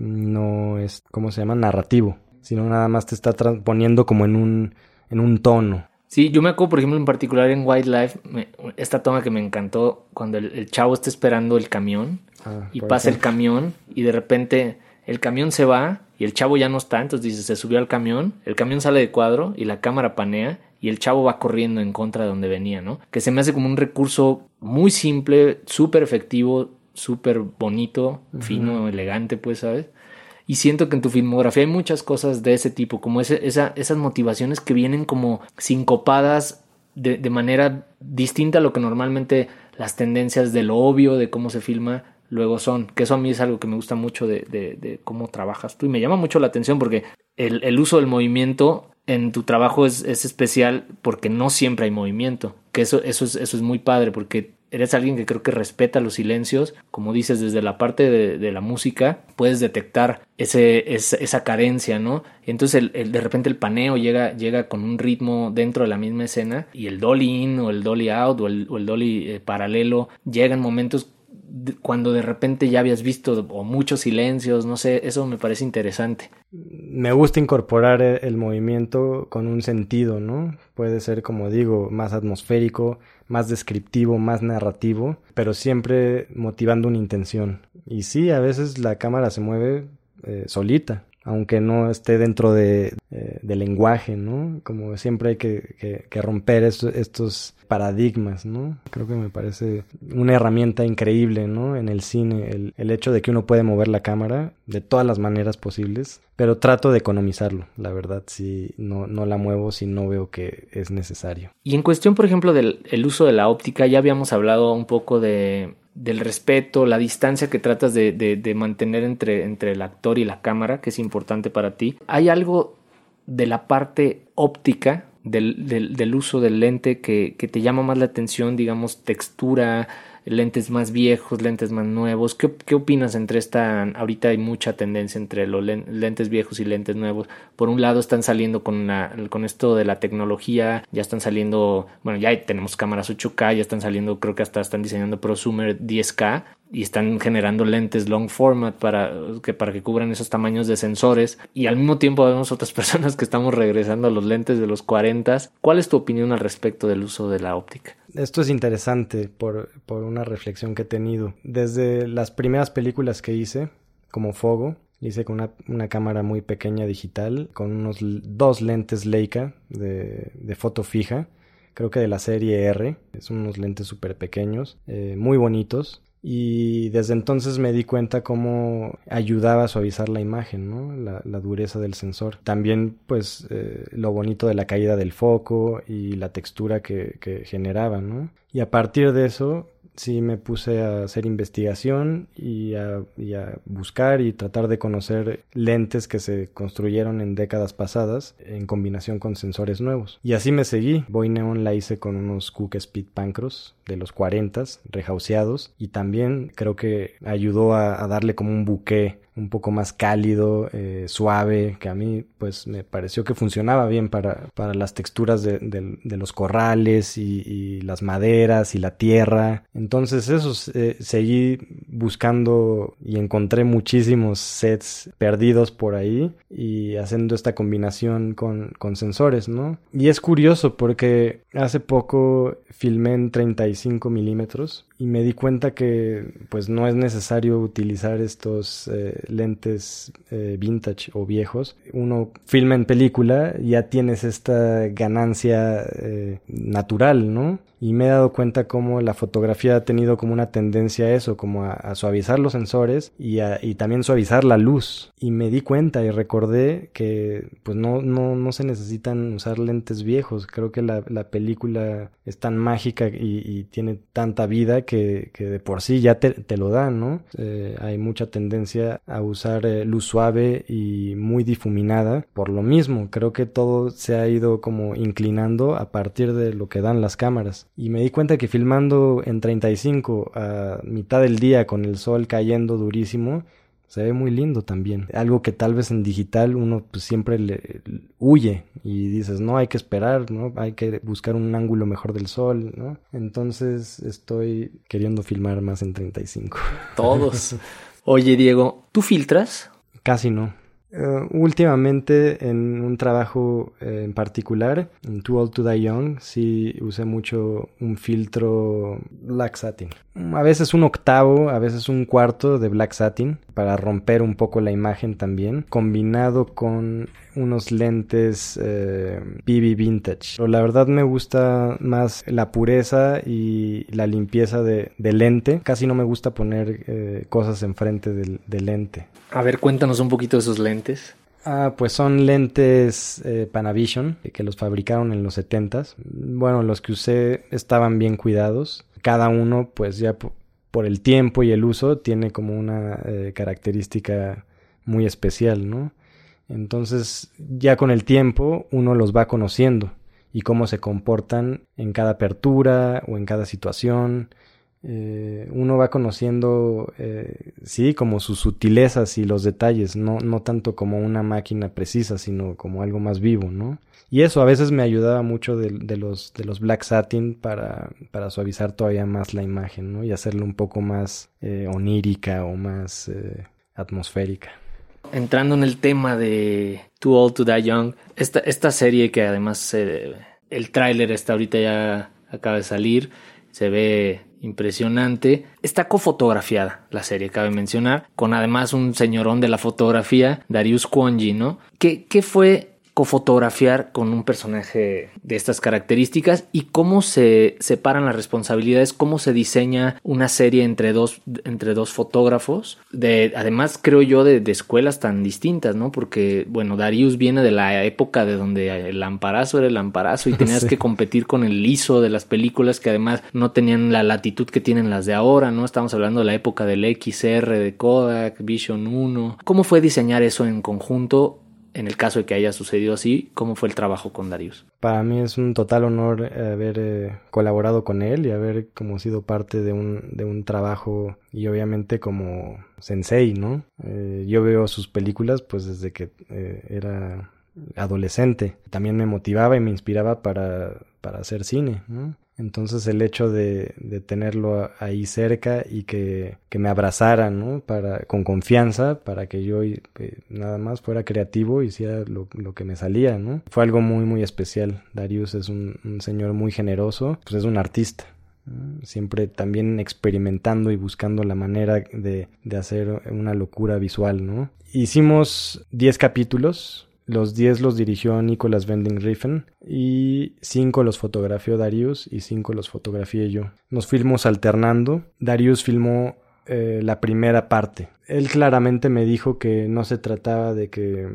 no es, ¿cómo se llama? Narrativo, sino nada más te está poniendo como en un tono. Sí, yo me acuerdo, por ejemplo, en particular en Wildlife, esta toma que me encantó, cuando el chavo está esperando el camión y pasa el camión y de repente el camión se va y el chavo ya no está, entonces dices, se subió al camión, el camión sale de cuadro y la cámara panea y el chavo va corriendo en contra de donde venía, ¿no? Que se me hace como un recurso muy simple, súper efectivo, súper bonito, fino, elegante, pues, ¿sabes? Y siento que en tu filmografía hay muchas cosas de ese tipo, como esas motivaciones que vienen como sincopadas de manera distinta a lo que normalmente las tendencias de lo obvio, de cómo se filma, luego son. Que eso a mí es algo que me gusta mucho de cómo trabajas tú. Y me llama mucho la atención porque el uso del movimiento en tu trabajo es especial porque no siempre hay movimiento. Que eso es muy padre porque eres alguien que creo que respeta los silencios. Como dices, desde la parte de la música puedes detectar esa carencia, ¿no? Entonces de repente el paneo llega con un ritmo dentro de la misma escena y el dolly in o el dolly out o el dolly paralelo llegan momentos cuando de repente ya habías visto o muchos silencios, no sé, eso me parece interesante. Me gusta incorporar el movimiento con un sentido, ¿no? Puede ser, como digo, más atmosférico, más descriptivo, más narrativo, pero siempre motivando una intención. Y sí, a veces la cámara se mueve solita, aunque no esté dentro del lenguaje, ¿no? Como siempre hay que romper estos paradigmas, ¿no? Creo que me parece una herramienta increíble, ¿no? En el cine, el hecho de que uno puede mover la cámara de todas las maneras posibles, pero trato de economizarlo, la verdad, si no la muevo si no veo que es necesario. Y en cuestión, por ejemplo, del uso de la óptica, ya habíamos hablado un poco del respeto, la distancia que tratas de mantener entre el actor y la cámara, que es importante para ti. ¿Hay algo de la parte óptica, del uso del lente que te llama más la atención, digamos, textura, lentes más viejos, lentes más nuevos? ¿Qué opinas entre ahorita hay mucha tendencia entre los lentes viejos y lentes nuevos? Por un lado están saliendo con esto de la tecnología, ya están saliendo, bueno, ya tenemos cámaras 8K, ya están saliendo, creo que hasta están diseñando prosumer 10K y están generando lentes long format para que cubran esos tamaños de sensores, y al mismo tiempo vemos otras personas que estamos regresando a los lentes de los 40. ¿Cuál es tu opinión al respecto del uso de la óptica? Esto es interesante por una reflexión que he tenido. Desde las primeras películas que hice, como Fogo, hice con una cámara muy pequeña digital, con unos 2 lentes Leica de foto fija, creo que de la serie R. Son unos lentes súper pequeños, muy bonitos. Y desde entonces me di cuenta cómo ayudaba a suavizar la imagen, ¿no? La dureza del sensor. También, pues, lo bonito de la caída del foco y la textura que generaba, ¿no? Y a partir de eso, sí me puse a hacer investigación y a buscar y tratar de conocer lentes que se construyeron en décadas pasadas en combinación con sensores nuevos. Y así me seguí. Boy Neon la hice con unos Cooke Speed Pancros de los 40s, rehauseados, y también creo que ayudó a darle como un bouquet un poco más cálido, suave, que a mí pues me pareció que funcionaba bien para las texturas de los corrales y las maderas y la tierra. Entonces eso, seguí buscando y encontré muchísimos sets perdidos por ahí y haciendo esta combinación con sensores, ¿no? Y es curioso porque hace poco filmé en 35 milímetros y me di cuenta que pues no es necesario utilizar estos lentes vintage o viejos. Uno filma en película y ya tienes esta ganancia natural, ¿no? Y me he dado cuenta cómo la fotografía ha tenido como una tendencia a eso, como a suavizar los sensores y también suavizar la luz. Y me di cuenta y recordé que pues no se necesitan usar lentes viejos. Creo que la película es tan mágica y tiene tanta vida que de por sí ya te lo dan, ¿no? Hay mucha tendencia a usar luz suave y muy difuminada. Por lo mismo, creo que todo se ha ido como inclinando a partir de lo que dan las cámaras. Y me di cuenta que filmando en 35 a mitad del día con el sol cayendo durísimo, se ve muy lindo también. Algo que tal vez en digital uno pues siempre le huye y dices, no, hay que esperar, ¿no? Hay que buscar un ángulo mejor del sol, ¿no? Entonces estoy queriendo filmar más en 35. Todos. Oye, Diego, ¿tú filtras? Casi no. Últimamente en un trabajo en particular, en Too Old to Die Young, sí usé mucho un filtro Black Satin. A veces un octavo, a veces un cuarto de Black Satin para romper un poco la imagen también, combinado con unos lentes PB Vintage. Pero la verdad me gusta más la pureza y la limpieza de lente. Casi no me gusta poner cosas enfrente del lente. A ver, cuéntanos un poquito de esos lentes. Pues son lentes Panavision que los fabricaron en los 70s. Bueno, los que usé estaban bien cuidados. Cada uno, pues ya por el tiempo y el uso, tiene como una característica muy especial, ¿no? Entonces, ya con el tiempo, uno los va conociendo y cómo se comportan en cada apertura o en cada situación. Uno va conociendo, sí, como sus sutilezas y los detalles, no tanto como una máquina precisa, sino como algo más vivo, ¿no? Y eso a veces me ayudaba mucho de los Black Satin para suavizar todavía más la imagen, ¿no? Y hacerla un poco más onírica o más atmosférica. Entrando en el tema de Too Old to Die Young, esta serie que además el tráiler está ahorita ya acaba de salir, se ve impresionante. Está cofotografiada la serie, cabe mencionar, con además un señorón de la fotografía, Darius Khondji, ¿no? ¿Qué fue cofotografiar con un personaje de estas características y cómo se separan las responsabilidades, cómo se diseña una serie entre dos fotógrafos, además creo yo de escuelas tan distintas, ¿no? Porque bueno, Darius viene de la época de donde el lamparazo era el lamparazo y tenías sí. que competir con el ISO de las películas que además no tenían la latitud que tienen las de ahora, ¿no? Estamos hablando de la época del XR de Kodak, Vision 1. ¿Cómo fue diseñar eso en conjunto? En el caso de que haya sucedido así, ¿cómo fue el trabajo con Darius? Para mí es un total honor haber colaborado con él y haber como sido parte de un trabajo y obviamente como sensei, ¿no? Yo veo sus películas pues desde que era adolescente. También me motivaba y me inspiraba para hacer cine, ¿no? Entonces el hecho de tenerlo ahí cerca y que me abrazara, ¿no? Con confianza, para que yo nada más fuera creativo y hiciera lo que me salía, ¿no? Fue algo muy, muy especial. Darius es un señor muy generoso, pues es un artista, ¿no? Siempre también experimentando y buscando la manera de hacer una locura visual, ¿no? Hicimos 10 capítulos. Los 10 los dirigió Nicolas Winding Refn y 5 los fotografió Darius y 5 los fotografié yo. Nos fuimos alternando. Darius filmó la primera parte. Él claramente me dijo que no se trataba de que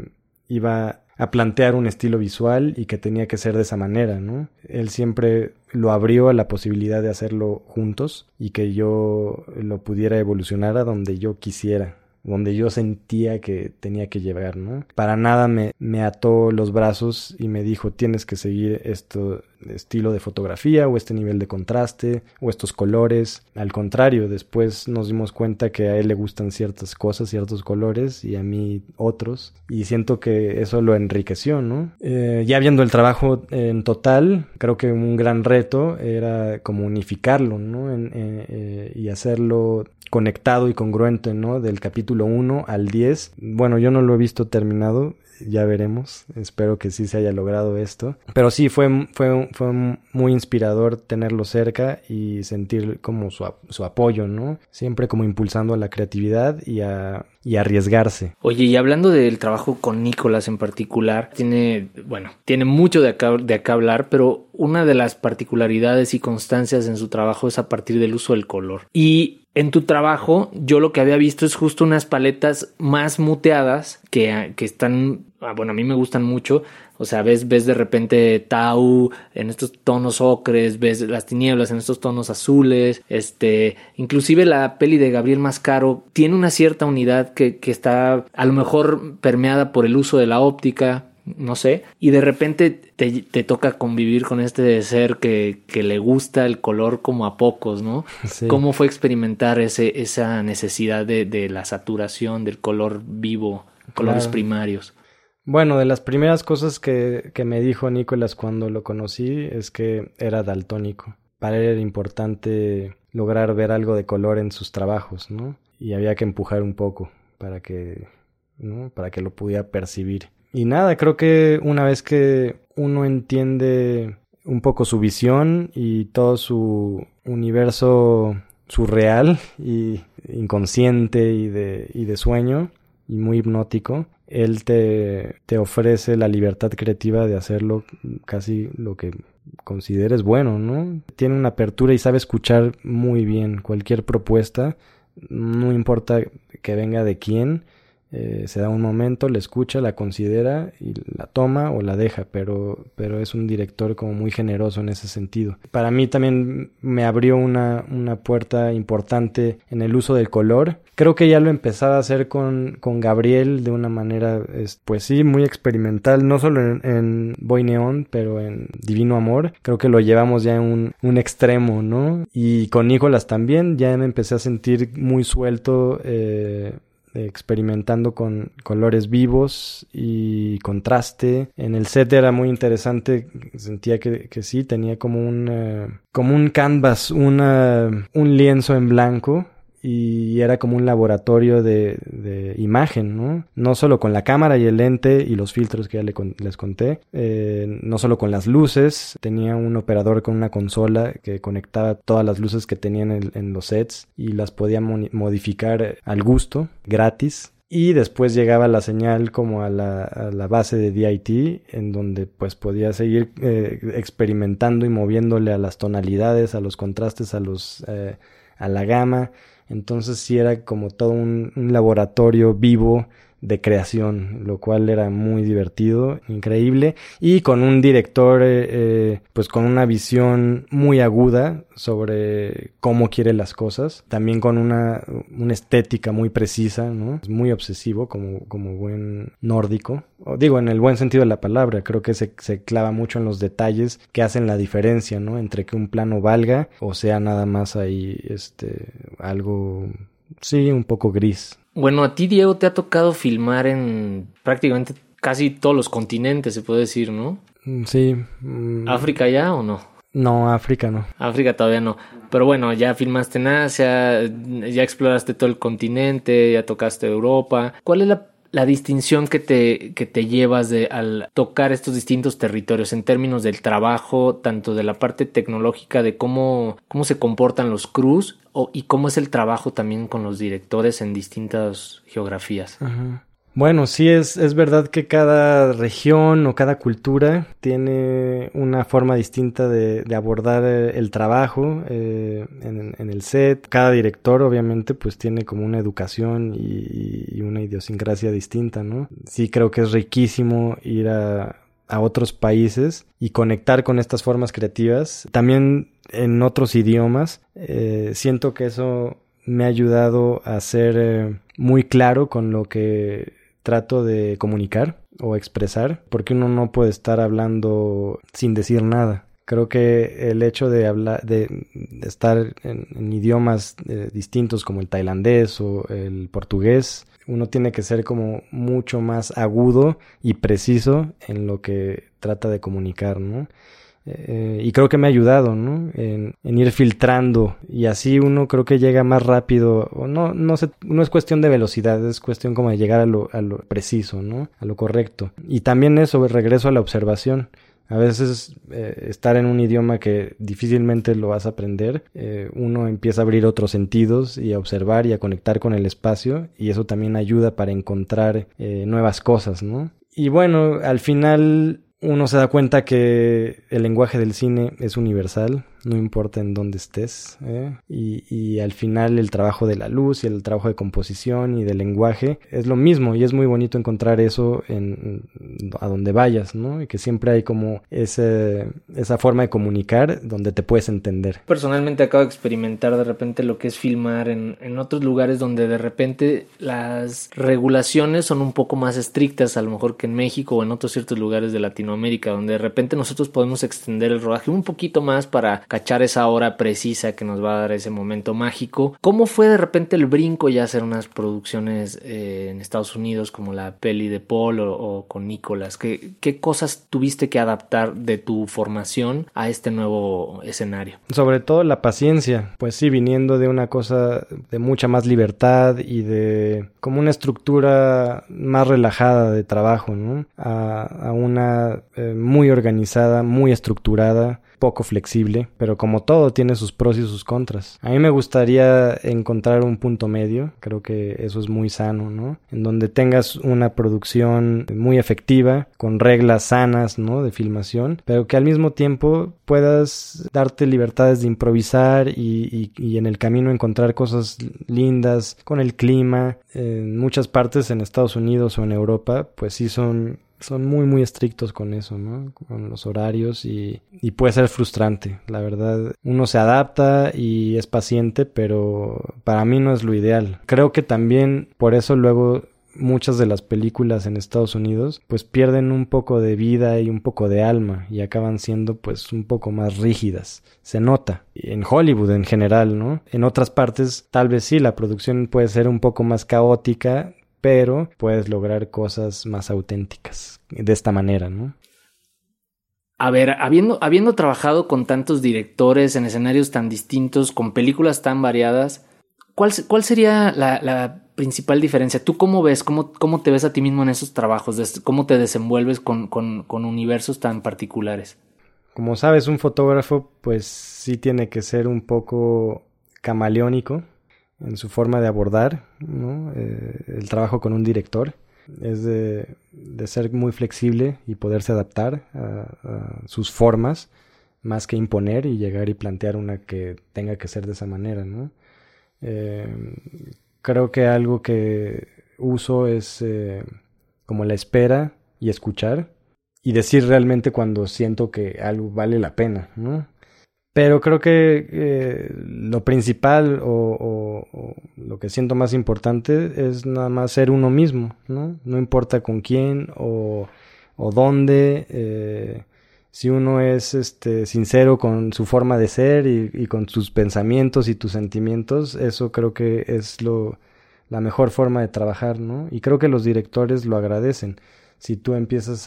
iba a plantear un estilo visual y que tenía que ser de esa manera, ¿no? Él siempre lo abrió a la posibilidad de hacerlo juntos y que yo lo pudiera evolucionar a donde yo quisiera, donde yo sentía que tenía que llegar, ¿no? Para nada me ató los brazos y me dijo, tienes que seguir este estilo de fotografía o este nivel de contraste o estos colores. Al contrario, después nos dimos cuenta que a él le gustan ciertas cosas, ciertos colores y a mí otros. Y siento que eso lo enriqueció, ¿no? Ya viendo el trabajo en total, creo que un gran reto era como unificarlo, ¿no? Y hacerlo conectado y congruente, ¿no? Del capítulo 1 al 10. Bueno, yo no lo he visto terminado, ya veremos. Espero que sí se haya logrado esto. Pero sí, fue muy inspirador tenerlo cerca y sentir como su apoyo, ¿no? Siempre como impulsando a la creatividad y a arriesgarse. Oye, y hablando del trabajo con Nicolas en particular, tiene mucho de acá hablar, pero una de las particularidades y constancias en su trabajo es a partir del uso del color. Y en tu trabajo, yo lo que había visto es justo unas paletas más muteadas que están, a mí me gustan mucho. O sea, ves de repente Tau en estos tonos ocres, ves las tinieblas en estos tonos azules, inclusive la peli de Gabriel Mascaro tiene una cierta unidad que está a lo mejor permeada por el uso de la óptica, no sé, y de repente te toca convivir con este ser que le gusta el color como a pocos, ¿no? Sí. ¿Cómo fue experimentar esa necesidad de la saturación, del color vivo, colores primarios? Bueno, de las primeras cosas que me dijo Nicolas cuando lo conocí es que era daltónico. Para él era importante lograr ver algo de color en sus trabajos, ¿no? Y había que empujar un poco para que ¿no? Para que lo pudiera percibir. Y nada, creo que una vez que uno entiende un poco su visión y todo su universo surreal y inconsciente y de sueño y muy hipnótico, él te ofrece la libertad creativa de hacerlo casi lo que consideres bueno, ¿no? Tiene una apertura y sabe escuchar muy bien cualquier propuesta, no importa que venga de quién. Se da un momento, la escucha, la considera y la toma o la deja, pero es un director como muy generoso en ese sentido. Para mí también me abrió una puerta importante en el uso del color. Creo que ya lo empezaba a hacer con Gabriel de una manera, pues sí, muy experimental, no solo en Boy Neón, pero en Divino Amor. Creo que lo llevamos ya en un extremo, ¿no? Y con Nicolás también, ya me empecé a sentir muy suelto, experimentando con colores vivos y contraste. En el set era muy interesante, sentía que sí, tenía como un canvas, un lienzo en blanco, y era como un laboratorio de imagen, ¿no? No solo con la cámara y el lente y los filtros que ya les conté, no solo con las luces, tenía un operador con una consola que conectaba todas las luces que tenían en los sets y las podía modificar al gusto, gratis. Y después llegaba la señal como a la base de DIT, en donde pues podía seguir experimentando y moviéndole a las tonalidades, a los contrastes, a la gama. Entonces sí era como todo un laboratorio vivo de creación, lo cual era muy divertido, increíble, y con un director pues con una visión muy aguda sobre cómo quiere las cosas, también con una estética muy precisa, ¿no? Es muy obsesivo como buen nórdico, o digo en el buen sentido de la palabra. Creo que se clava mucho en los detalles que hacen la diferencia, ¿no? Entre que un plano valga o sea nada más ahí algo, sí, un poco gris. Bueno, a ti, Diego, te ha tocado filmar en prácticamente casi todos los continentes, se puede decir, ¿no? Sí. ¿África ya o no? No, África no. África todavía no. Pero bueno, ya filmaste en Asia, ya exploraste todo el continente, ya tocaste Europa. ¿Cuál es la distinción que te llevas al tocar estos distintos territorios en términos del trabajo, tanto de la parte tecnológica, de cómo se comportan los crews, y cómo es el trabajo también con los directores en distintas geografías? Ajá. Bueno, sí es verdad que cada región o cada cultura tiene una forma distinta de abordar el trabajo en el set. Cada director obviamente pues tiene como una educación y una idiosincrasia distinta, ¿no? Sí creo que es riquísimo ir a otros países y conectar con estas formas creativas. También en otros idiomas. Siento que eso me ha ayudado a ser muy claro con lo que trato de comunicar o expresar, porque uno no puede estar hablando sin decir nada. Creo que el hecho de hablar, de estar en idiomas distintos como el tailandés o el portugués, uno tiene que ser como mucho más agudo y preciso en lo que trata de comunicar, ¿no? Y creo que me ha ayudado, ¿no? En ir filtrando, y así uno creo que llega más rápido. O no sé, no es cuestión de velocidad, es cuestión como de llegar a lo preciso, ¿no? A lo correcto. Y también eso, regreso a la observación. A veces estar en un idioma que difícilmente lo vas a aprender, uno empieza a abrir otros sentidos y a observar y a conectar con el espacio, y eso también ayuda para encontrar nuevas cosas, ¿no? Y bueno, al final uno se da cuenta que el lenguaje del cine es universal, no importa en dónde estés, y al final el trabajo de la luz y el trabajo de composición y del lenguaje es lo mismo, y es muy bonito encontrar eso a donde vayas, ¿no? Y que siempre hay como esa forma de comunicar donde te puedes entender. Personalmente acabo de experimentar de repente lo que es filmar en otros lugares donde de repente las regulaciones son un poco más estrictas, a lo mejor que en México o en otros ciertos lugares de Latinoamérica, donde de repente nosotros podemos extender el rodaje un poquito más para cachar esa hora precisa que nos va a dar ese momento mágico. ¿Cómo fue de repente el brinco ya hacer unas producciones en Estados Unidos como la peli de Paul o con Nicolas? ¿Qué cosas tuviste que adaptar de tu formación a este nuevo escenario? Sobre todo la paciencia, pues sí, viniendo de una cosa de mucha más libertad y de como una estructura más relajada de trabajo, ¿no? A una muy organizada, muy estructurada, poco flexible, pero como todo tiene sus pros y sus contras. A mí me gustaría encontrar un punto medio, creo que eso es muy sano, ¿no? En donde tengas una producción muy efectiva, con reglas sanas, ¿no? De filmación, pero que al mismo tiempo puedas darte libertades de improvisar y en el camino encontrar cosas lindas con el clima. En muchas partes en Estados Unidos o en Europa, pues sí son muy muy estrictos con eso, ¿no? Con los horarios y puede ser frustrante, la verdad. Uno se adapta y es paciente, pero para mí no es lo ideal. Creo que también por eso luego muchas de las películas en Estados Unidos pues pierden un poco de vida y un poco de alma y acaban siendo pues un poco más rígidas. Se nota en Hollywood en general, ¿no? En otras partes tal vez sí, la producción puede ser un poco más caótica, pero puedes lograr cosas más auténticas de esta manera, ¿no? A ver, habiendo trabajado con tantos directores en escenarios tan distintos, con películas tan variadas, ¿cuál sería la principal diferencia? ¿Tú cómo ves? ¿Cómo te ves a ti mismo en esos trabajos? ¿Cómo te desenvuelves con universos tan particulares? Como sabes, un fotógrafo pues sí tiene que ser un poco camaleónico en su forma de abordar, ¿no? El trabajo con un director es de ser muy flexible y poderse adaptar a sus formas, más que imponer y llegar y plantear una que tenga que ser de esa manera, ¿no? Creo que algo que uso es como la espera y escuchar y decir realmente cuando siento que algo vale la pena, ¿no? Pero creo que lo principal o lo que siento más importante es nada más ser uno mismo, ¿no? No importa con quién o dónde. Si uno es sincero con su forma de ser y con sus pensamientos y tus sentimientos, eso creo que es la mejor forma de trabajar, ¿no? Y creo que los directores lo agradecen. Si tú empiezas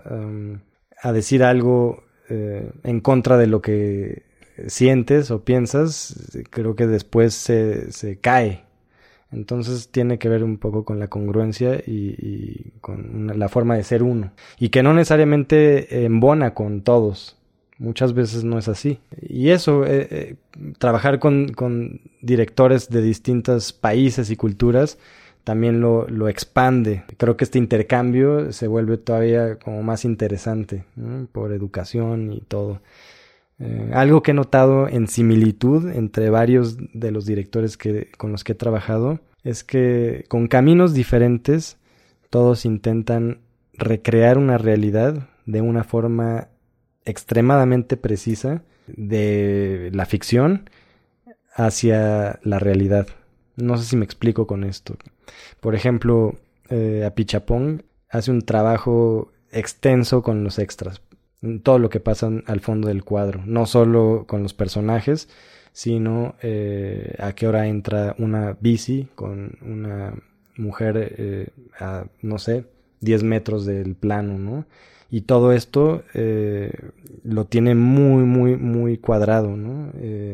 a decir algo en contra de lo que sientes o piensas, creo que después se cae. Entonces tiene que ver un poco con la congruencia y con la forma de ser uno. Y que no necesariamente embona con todos. Muchas veces no es así. Y eso, trabajar con directores de distintos países y culturas también lo expande. Creo que este intercambio se vuelve todavía como más interesante, ¿no? Por educación y todo. Algo que he notado en similitud entre varios de los directores con los que he trabajado es que con caminos diferentes todos intentan recrear una realidad de una forma extremadamente precisa de la ficción hacia la realidad. No sé si me explico con esto. Por ejemplo, Apichatpong hace un trabajo extenso con los extras. Todo lo que pasa al fondo del cuadro, no solo con los personajes, sino a qué hora entra una bici con una mujer a, no sé, 10 metros del plano, ¿no? Y todo esto lo tiene muy, muy, muy cuadrado, ¿no?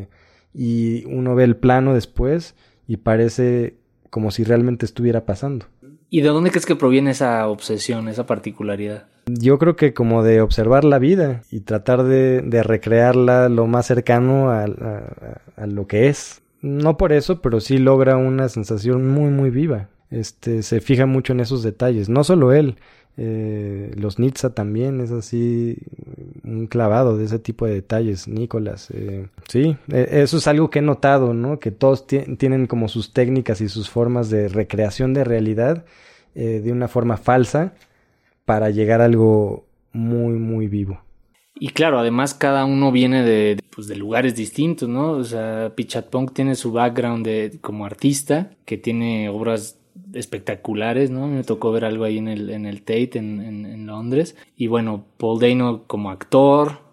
Y uno ve el plano después y parece como si realmente estuviera pasando. ¿Y de dónde crees que proviene esa obsesión, esa particularidad? Yo creo que como de observar la vida y tratar de recrearla lo más cercano a lo que es. No por eso, pero sí logra una sensación muy muy viva. Se fija mucho en esos detalles. No solo él, los Nitza también es así un clavado de ese tipo de detalles. Nicolas, sí, eso es algo que he notado, ¿no? Que todos tienen como sus técnicas y sus formas de recreación de realidad de una forma falsa, para llegar a algo muy, muy vivo. Y claro, además cada uno viene de lugares distintos, ¿no? O sea, Apichatpong tiene su background como artista, que tiene obras espectaculares, ¿no? Me tocó ver algo ahí en el Tate en Londres. Y bueno, Paul Dano como actor,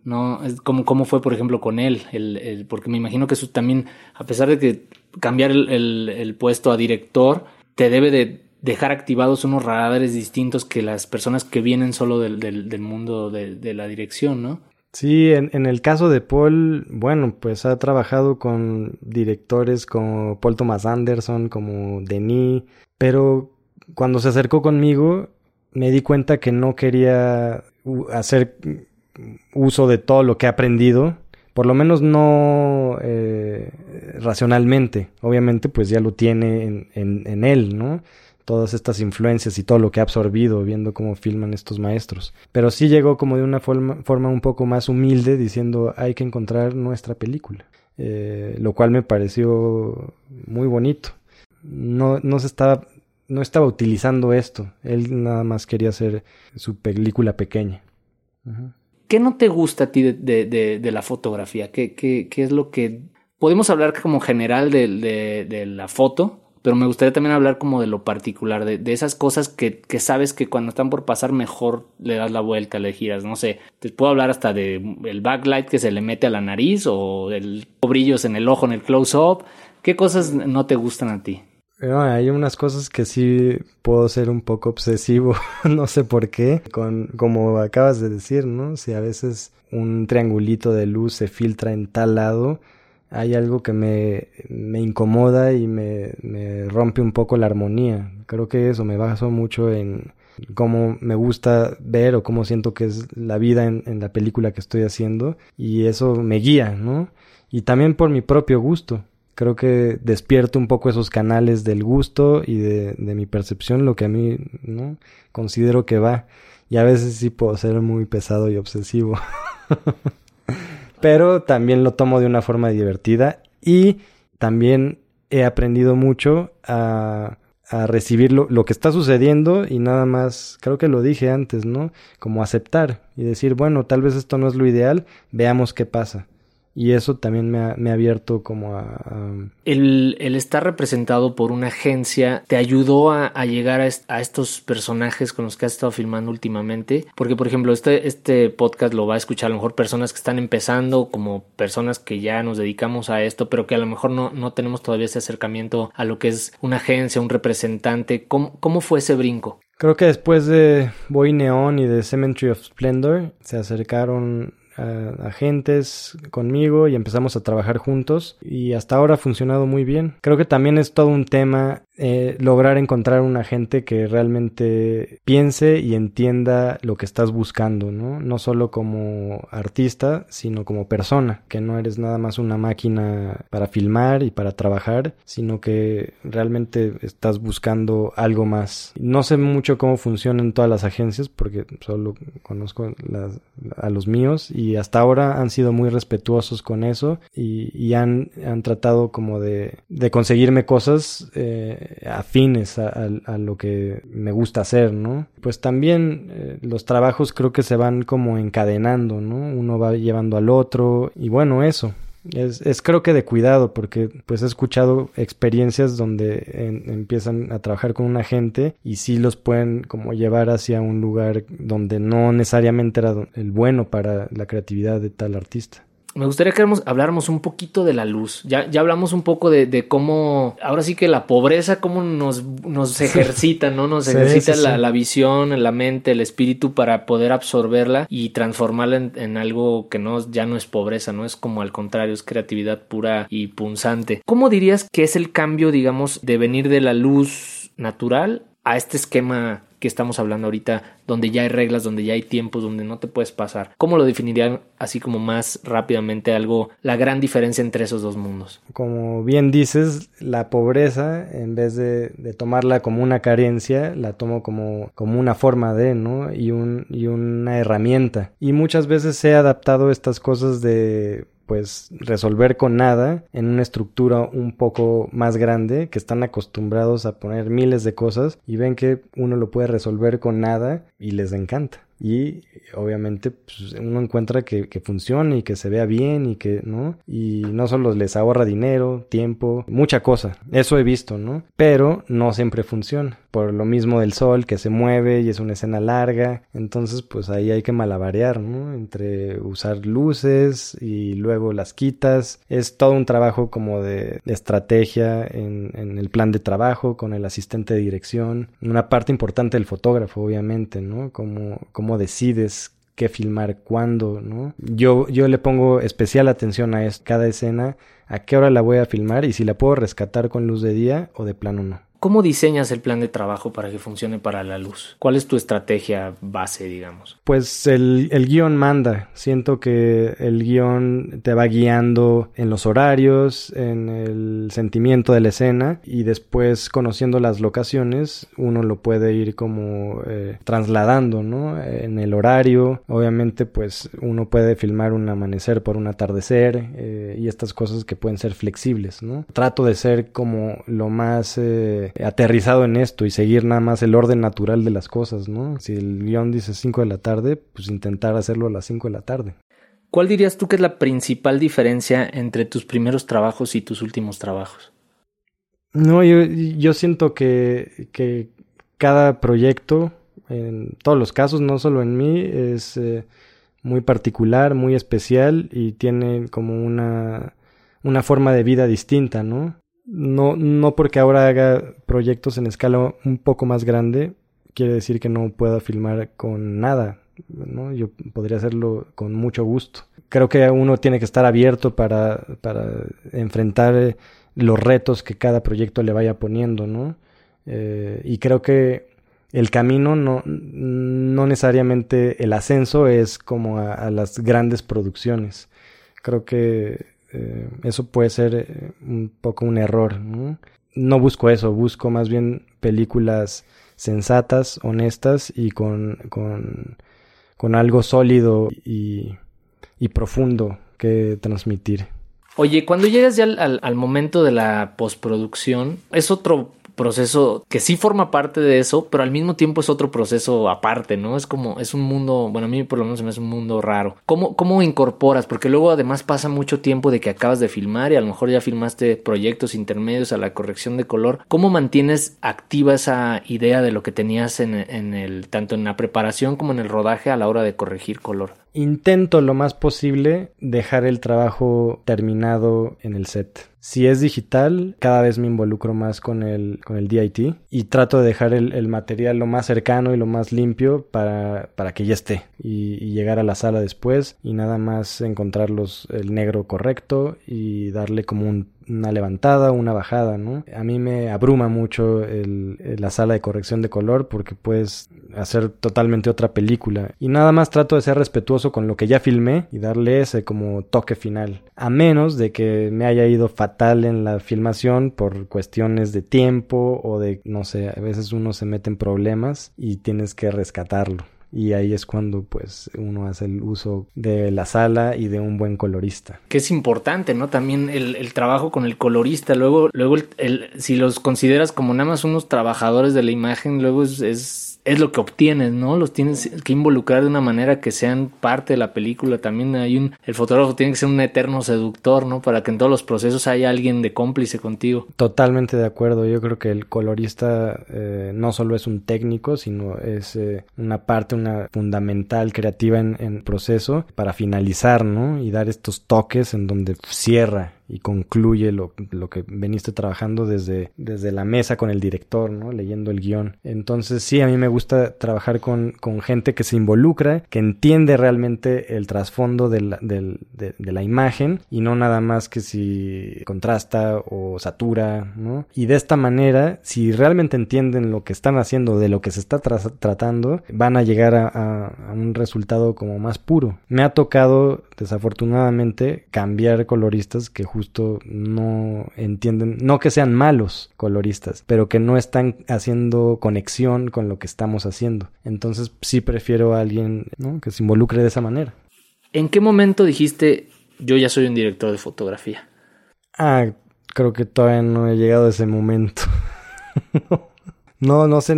¿no? Es cómo fue, por ejemplo, con él, porque me imagino que eso también, a pesar de que cambiar el puesto a director, te debe de dejar activados unos radares distintos que las personas que vienen solo del mundo de la dirección, ¿no? Sí, en el caso de Paul, bueno, pues ha trabajado con directores como Paul Thomas Anderson, como Denis, pero cuando se acercó conmigo me di cuenta que no quería hacer uso de todo lo que he aprendido, por lo menos no racionalmente. Obviamente pues ya lo tiene en él, ¿no? Todas estas influencias y todo lo que ha absorbido viendo cómo filman estos maestros. Pero sí llegó como de una forma un poco más humilde, diciendo hay que encontrar nuestra película. Lo cual me pareció muy bonito. No estaba utilizando esto. Él nada más quería hacer su película pequeña. Uh-huh. ¿Qué no te gusta a ti de la fotografía? ¿Qué es lo que... Podemos hablar como general de la foto, pero me gustaría también hablar como de lo particular, de esas cosas que sabes que cuando están por pasar mejor le das la vuelta, le giras, no sé. Te puedo hablar hasta de el backlight que se le mete a la nariz o del brillos en el ojo en el close-up. ¿Qué cosas no te gustan a ti? No, hay unas cosas que sí puedo ser un poco obsesivo, no sé por qué, como acabas de decir, ¿no? Si a veces un triangulito de luz se filtra en tal lado, hay algo que me incomoda y me rompe un poco la armonía. Creo que eso me baso mucho en cómo me gusta ver o cómo siento que es la vida en la película que estoy haciendo, y eso me guía, ¿no? Y también por mi propio gusto. Creo que despierto un poco esos canales del gusto y de mi percepción, lo que a mí, ¿no?, considero que va. Y a veces sí puedo ser muy pesado y obsesivo. Pero también lo tomo de una forma divertida y también he aprendido mucho a recibir lo que está sucediendo y nada más, creo que lo dije antes, ¿no? Como aceptar y decir, bueno, tal vez esto no es lo ideal, veamos qué pasa. Y eso también me ha abierto como a... El estar representado por una agencia te ayudó a llegar a estos personajes con los que has estado filmando últimamente. Porque, por ejemplo, este podcast lo va a escuchar a lo mejor personas que están empezando, como personas que ya nos dedicamos a esto, pero que a lo mejor no tenemos todavía ese acercamiento a lo que es una agencia, un representante. ¿Cómo fue ese brinco? Creo que después de Boy Neon y de Cemetery of Splendor se acercaron agentes conmigo y empezamos a trabajar juntos y hasta ahora ha funcionado muy bien. Creo que también es todo un tema lograr encontrar un agente que realmente piense y entienda lo que estás buscando, ¿no? No solo como artista, sino como persona, que no eres nada más una máquina para filmar y para trabajar, sino que realmente estás buscando algo más. No sé mucho cómo funcionan todas las agencias porque solo conozco a los míos y hasta ahora han sido muy respetuosos con eso y han tratado como de conseguirme cosas afines a lo que me gusta hacer, ¿no? Pues también los trabajos creo que se van como encadenando, ¿no? Uno va llevando al otro y bueno, eso. Es creo que de cuidado porque pues he escuchado experiencias donde empiezan a trabajar con un agente y sí los pueden como llevar hacia un lugar donde no necesariamente era el bueno para la creatividad de tal artista. Me gustaría que habláramos un poquito de la luz. Ya hablamos un poco de cómo, ahora sí que la pobreza, cómo nos ejercita, ¿no? Nos ejercita la visión, la mente, el espíritu para poder absorberla y transformarla en algo que ya no es pobreza, ¿no? Es como al contrario, es creatividad pura y punzante. ¿Cómo dirías que es el cambio, digamos, de venir de la luz natural a este esquema que estamos hablando ahorita, donde ya hay reglas, donde ya hay tiempos, donde no te puedes pasar? ¿Cómo lo definirían así como más rápidamente la gran diferencia entre esos dos mundos? Como bien dices, la pobreza, en vez de tomarla como una carencia, la tomo como una forma de, ¿no? Y una herramienta. Y muchas veces he adaptado estas cosas de pues resolver con nada en una estructura un poco más grande, que están acostumbrados a poner miles de cosas y ven que uno lo puede resolver con nada y les encanta. Y obviamente pues, uno encuentra que funcione y que se vea bien y que, ¿no? Y no solo les ahorra dinero, tiempo, mucha cosa. Eso he visto, ¿no? Pero no siempre funciona. Por lo mismo del sol que se mueve y es una escena larga. Entonces pues ahí hay que malabarear, ¿no? Entre usar luces y luego las quitas. Es todo un trabajo como de estrategia en el plan de trabajo con el asistente de dirección. Una parte importante del fotógrafo, obviamente, ¿no? Cómo decides qué filmar, cuándo, ¿no? Yo le pongo especial atención a esto, cada escena, a qué hora la voy a filmar y si la puedo rescatar con luz de día o de plano no. ¿Cómo diseñas el plan de trabajo para que funcione para la luz? ¿Cuál es tu estrategia base, digamos? Pues el guión manda. Siento que el guión te va guiando en los horarios, en el sentimiento de la escena y después conociendo las locaciones uno lo puede ir como trasladando, ¿no? En el horario. Obviamente pues uno puede filmar un amanecer por un atardecer y estas cosas que pueden ser flexibles, ¿no? Trato de ser como lo más aterrizado en esto y seguir nada más el orden natural de las cosas, ¿no? Si el guión dice 5 de la tarde, pues intentar hacerlo a las 5 de la tarde. ¿Cuál dirías tú que es la principal diferencia entre tus primeros trabajos y tus últimos trabajos? No, yo siento que cada proyecto, en todos los casos, no solo en mí, es muy particular, muy especial y tiene como una forma de vida distinta, ¿no? No porque ahora haga proyectos en escala un poco más grande, quiere decir que no pueda filmar con nada, ¿no? Yo podría hacerlo con mucho gusto. Creo que uno tiene que estar abierto para enfrentar los retos que cada proyecto le vaya poniendo, ¿no? Y creo que el camino no necesariamente el ascenso es como a las grandes producciones. Creo que eso puede ser un poco un error, ¿no? No busco eso, busco más bien películas sensatas, honestas y con algo sólido y profundo que transmitir. Oye, cuando llegas ya al momento de la postproducción, es otro proceso que sí forma parte de eso, pero al mismo tiempo es otro proceso aparte, ¿no? Es un mundo, bueno, a mí por lo menos se me hace un mundo raro. ¿Cómo incorporas? Porque luego además pasa mucho tiempo de que acabas de filmar y a lo mejor ya filmaste proyectos intermedios a la corrección de color. ¿Cómo mantienes activa esa idea de lo que tenías tanto en la preparación como en el rodaje a la hora de corregir color? Intento lo más posible dejar el trabajo terminado en el set. Si es digital, cada vez me involucro más con el DIT y trato de dejar el material lo más cercano y lo más limpio para que ya esté y llegar a la sala después y nada más encontrar el negro correcto y darle como una levantada, una bajada, ¿no? A mí me abruma mucho la sala de corrección de color porque puedes hacer totalmente otra película y nada más trato de ser respetuoso con lo que ya filmé y darle ese como toque final, a menos de que me haya ido fatal en la filmación por cuestiones de tiempo o de, no sé, a veces uno se mete en problemas y tienes que rescatarlo. Y ahí es cuando pues uno hace el uso de la sala y de un buen colorista. Que es importante, ¿no? También el trabajo con el colorista. Luego si los consideras como nada más unos trabajadores de la imagen, luego es lo que obtienes, ¿no? Los tienes que involucrar de una manera que sean parte de la película. También el fotógrafo tiene que ser un eterno seductor, ¿no? Para que en todos los procesos haya alguien de cómplice contigo. Totalmente de acuerdo. Yo creo que el colorista no solo es un técnico, sino es una parte fundamental creativa en el proceso para finalizar, ¿no? Y dar estos toques en donde cierra y concluye lo que veniste trabajando desde la mesa con el director, ¿no? Leyendo el guión. Entonces sí, a mí me gusta trabajar con gente que se involucra, que entiende realmente el trasfondo de la imagen y no nada más que si contrasta o satura, ¿no? Y de esta manera, si realmente entienden lo que están haciendo, de lo que se está tratando, van a llegar a un resultado como más puro. Me ha tocado, desafortunadamente, cambiar coloristas que justo no entienden, no que sean malos coloristas, pero que no están haciendo conexión con lo que estamos haciendo. Entonces sí prefiero a alguien, ¿no?, que se involucre de esa manera. ¿En qué momento dijiste, yo ya soy un director de fotografía? Creo que todavía no he llegado a ese momento. No sé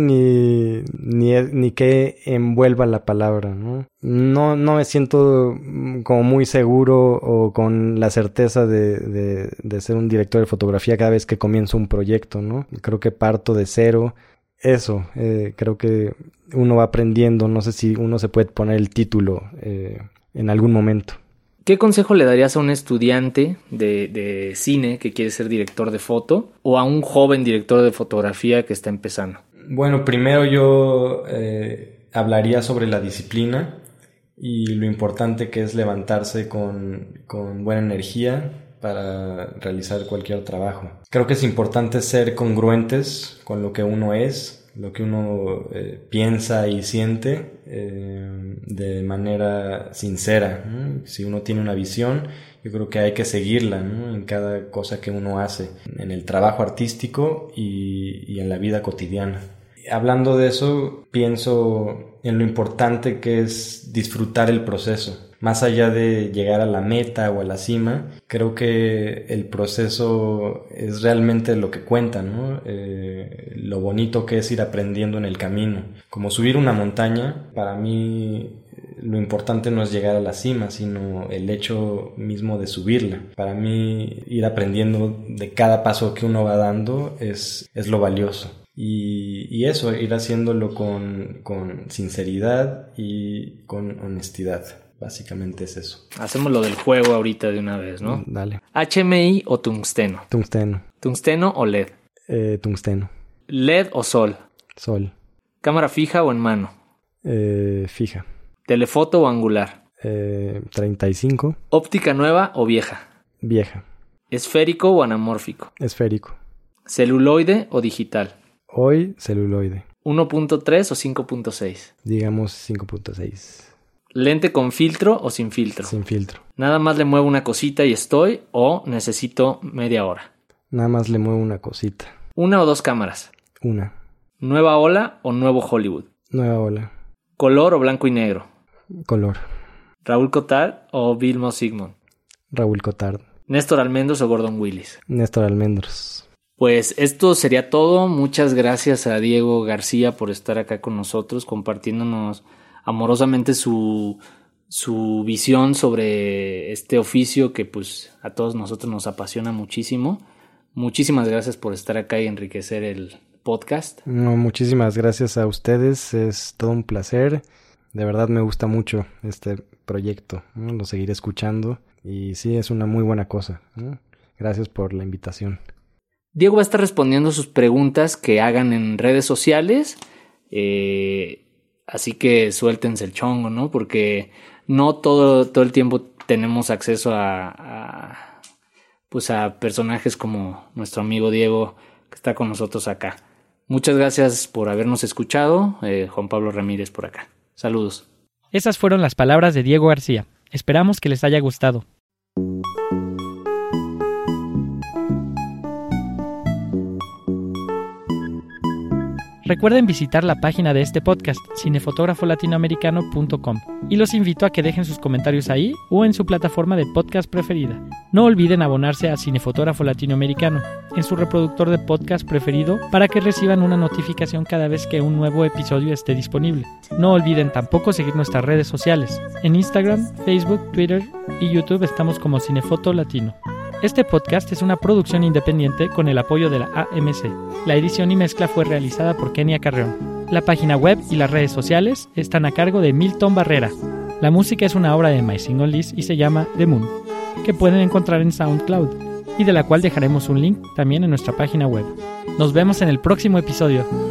ni qué envuelva la palabra, ¿no? No me siento como muy seguro o con la certeza de ser un director de fotografía cada vez que comienzo un proyecto, ¿no? Creo que parto de cero. Eso, creo que uno va aprendiendo. No sé si uno se puede poner el título en algún momento. ¿Qué consejo le darías a un estudiante de cine que quiere ser director de foto o a un joven director de fotografía que está empezando? Bueno, primero yo hablaría sobre la disciplina y lo importante que es levantarse con buena energía para realizar cualquier trabajo. Creo que es importante ser congruentes con lo que uno es, lo que uno piensa y siente de manera sincera, ¿no? Si uno tiene una visión, yo creo que hay que seguirla, ¿no? En cada cosa que uno hace, en el trabajo artístico y en la vida cotidiana. Hablando de eso, pienso en lo importante que es disfrutar el proceso. Más allá de llegar a la meta o a la cima, creo que el proceso es realmente lo que cuenta, ¿no? Lo bonito que es ir aprendiendo en el camino. Como subir una montaña, para mí lo importante no es llegar a la cima, sino el hecho mismo de subirla. Para mí ir aprendiendo de cada paso que uno va dando es lo valioso. Y eso, ir haciéndolo con sinceridad y con honestidad. Básicamente es eso. Hacemos lo del juego ahorita de una vez, ¿no? Dale. ¿HMI o tungsteno? Tungsteno. ¿Tungsteno o LED? Tungsteno. ¿LED o sol? Sol. ¿Cámara fija o en mano? Fija. ¿Telefoto o angular? 35. ¿Óptica nueva o vieja? Vieja. ¿Esférico o anamórfico? Esférico. ¿Celuloide o digital? Hoy, celuloide. ¿1.3 o 5.6? Digamos 5.6. ¿Lente con filtro o sin filtro? Sin filtro. ¿Nada más le muevo una cosita y estoy o necesito media hora? Nada más le muevo una cosita. ¿Una o dos cámaras? Una. ¿Nueva ola o nuevo Hollywood? Nueva ola. ¿Color o blanco y negro? Color. ¿Raúl Cotard o Vilmos Zsigmond? Raúl Cotard. ¿Néstor Almendros o Gordon Willis? Néstor Almendros. Pues esto sería todo. Muchas gracias a Diego García por estar acá con nosotros, compartiéndonos amorosamente su visión sobre este oficio que pues a todos nosotros nos apasiona muchísimo. Muchísimas gracias por estar acá y enriquecer el podcast. No, muchísimas gracias a ustedes, es todo un placer. De verdad me gusta mucho este proyecto, ¿no? Lo seguiré escuchando y sí, es una muy buena cosa, ¿no? Gracias por la invitación. Diego va a estar respondiendo sus preguntas que hagan en redes sociales. Así que suéltense el chongo, ¿no? Porque no todo el tiempo tenemos acceso a personajes como nuestro amigo Diego que está con nosotros acá. Muchas gracias por habernos escuchado. Juan Pablo Ramírez por acá. Saludos. Esas fueron las palabras de Diego García. Esperamos que les haya gustado. Recuerden visitar la página de este podcast, cinefotógrafolatinoamericano.com, y los invito a que dejen sus comentarios ahí o en su plataforma de podcast preferida. No olviden abonarse a Cinefotógrafo Latinoamericano en su reproductor de podcast preferido para que reciban una notificación cada vez que un nuevo episodio esté disponible. No olviden tampoco seguir nuestras redes sociales. En Instagram, Facebook, Twitter y YouTube estamos como Cinefoto Latino. Este podcast es una producción independiente con el apoyo de la AMC. La edición y mezcla fue realizada por Kenia Carreón. La página web y las redes sociales están a cargo de Milton Barrera. La música es una obra de My Single List y se llama The Moon, que pueden encontrar en SoundCloud, y de la cual dejaremos un link también en nuestra página web. Nos vemos en el próximo episodio.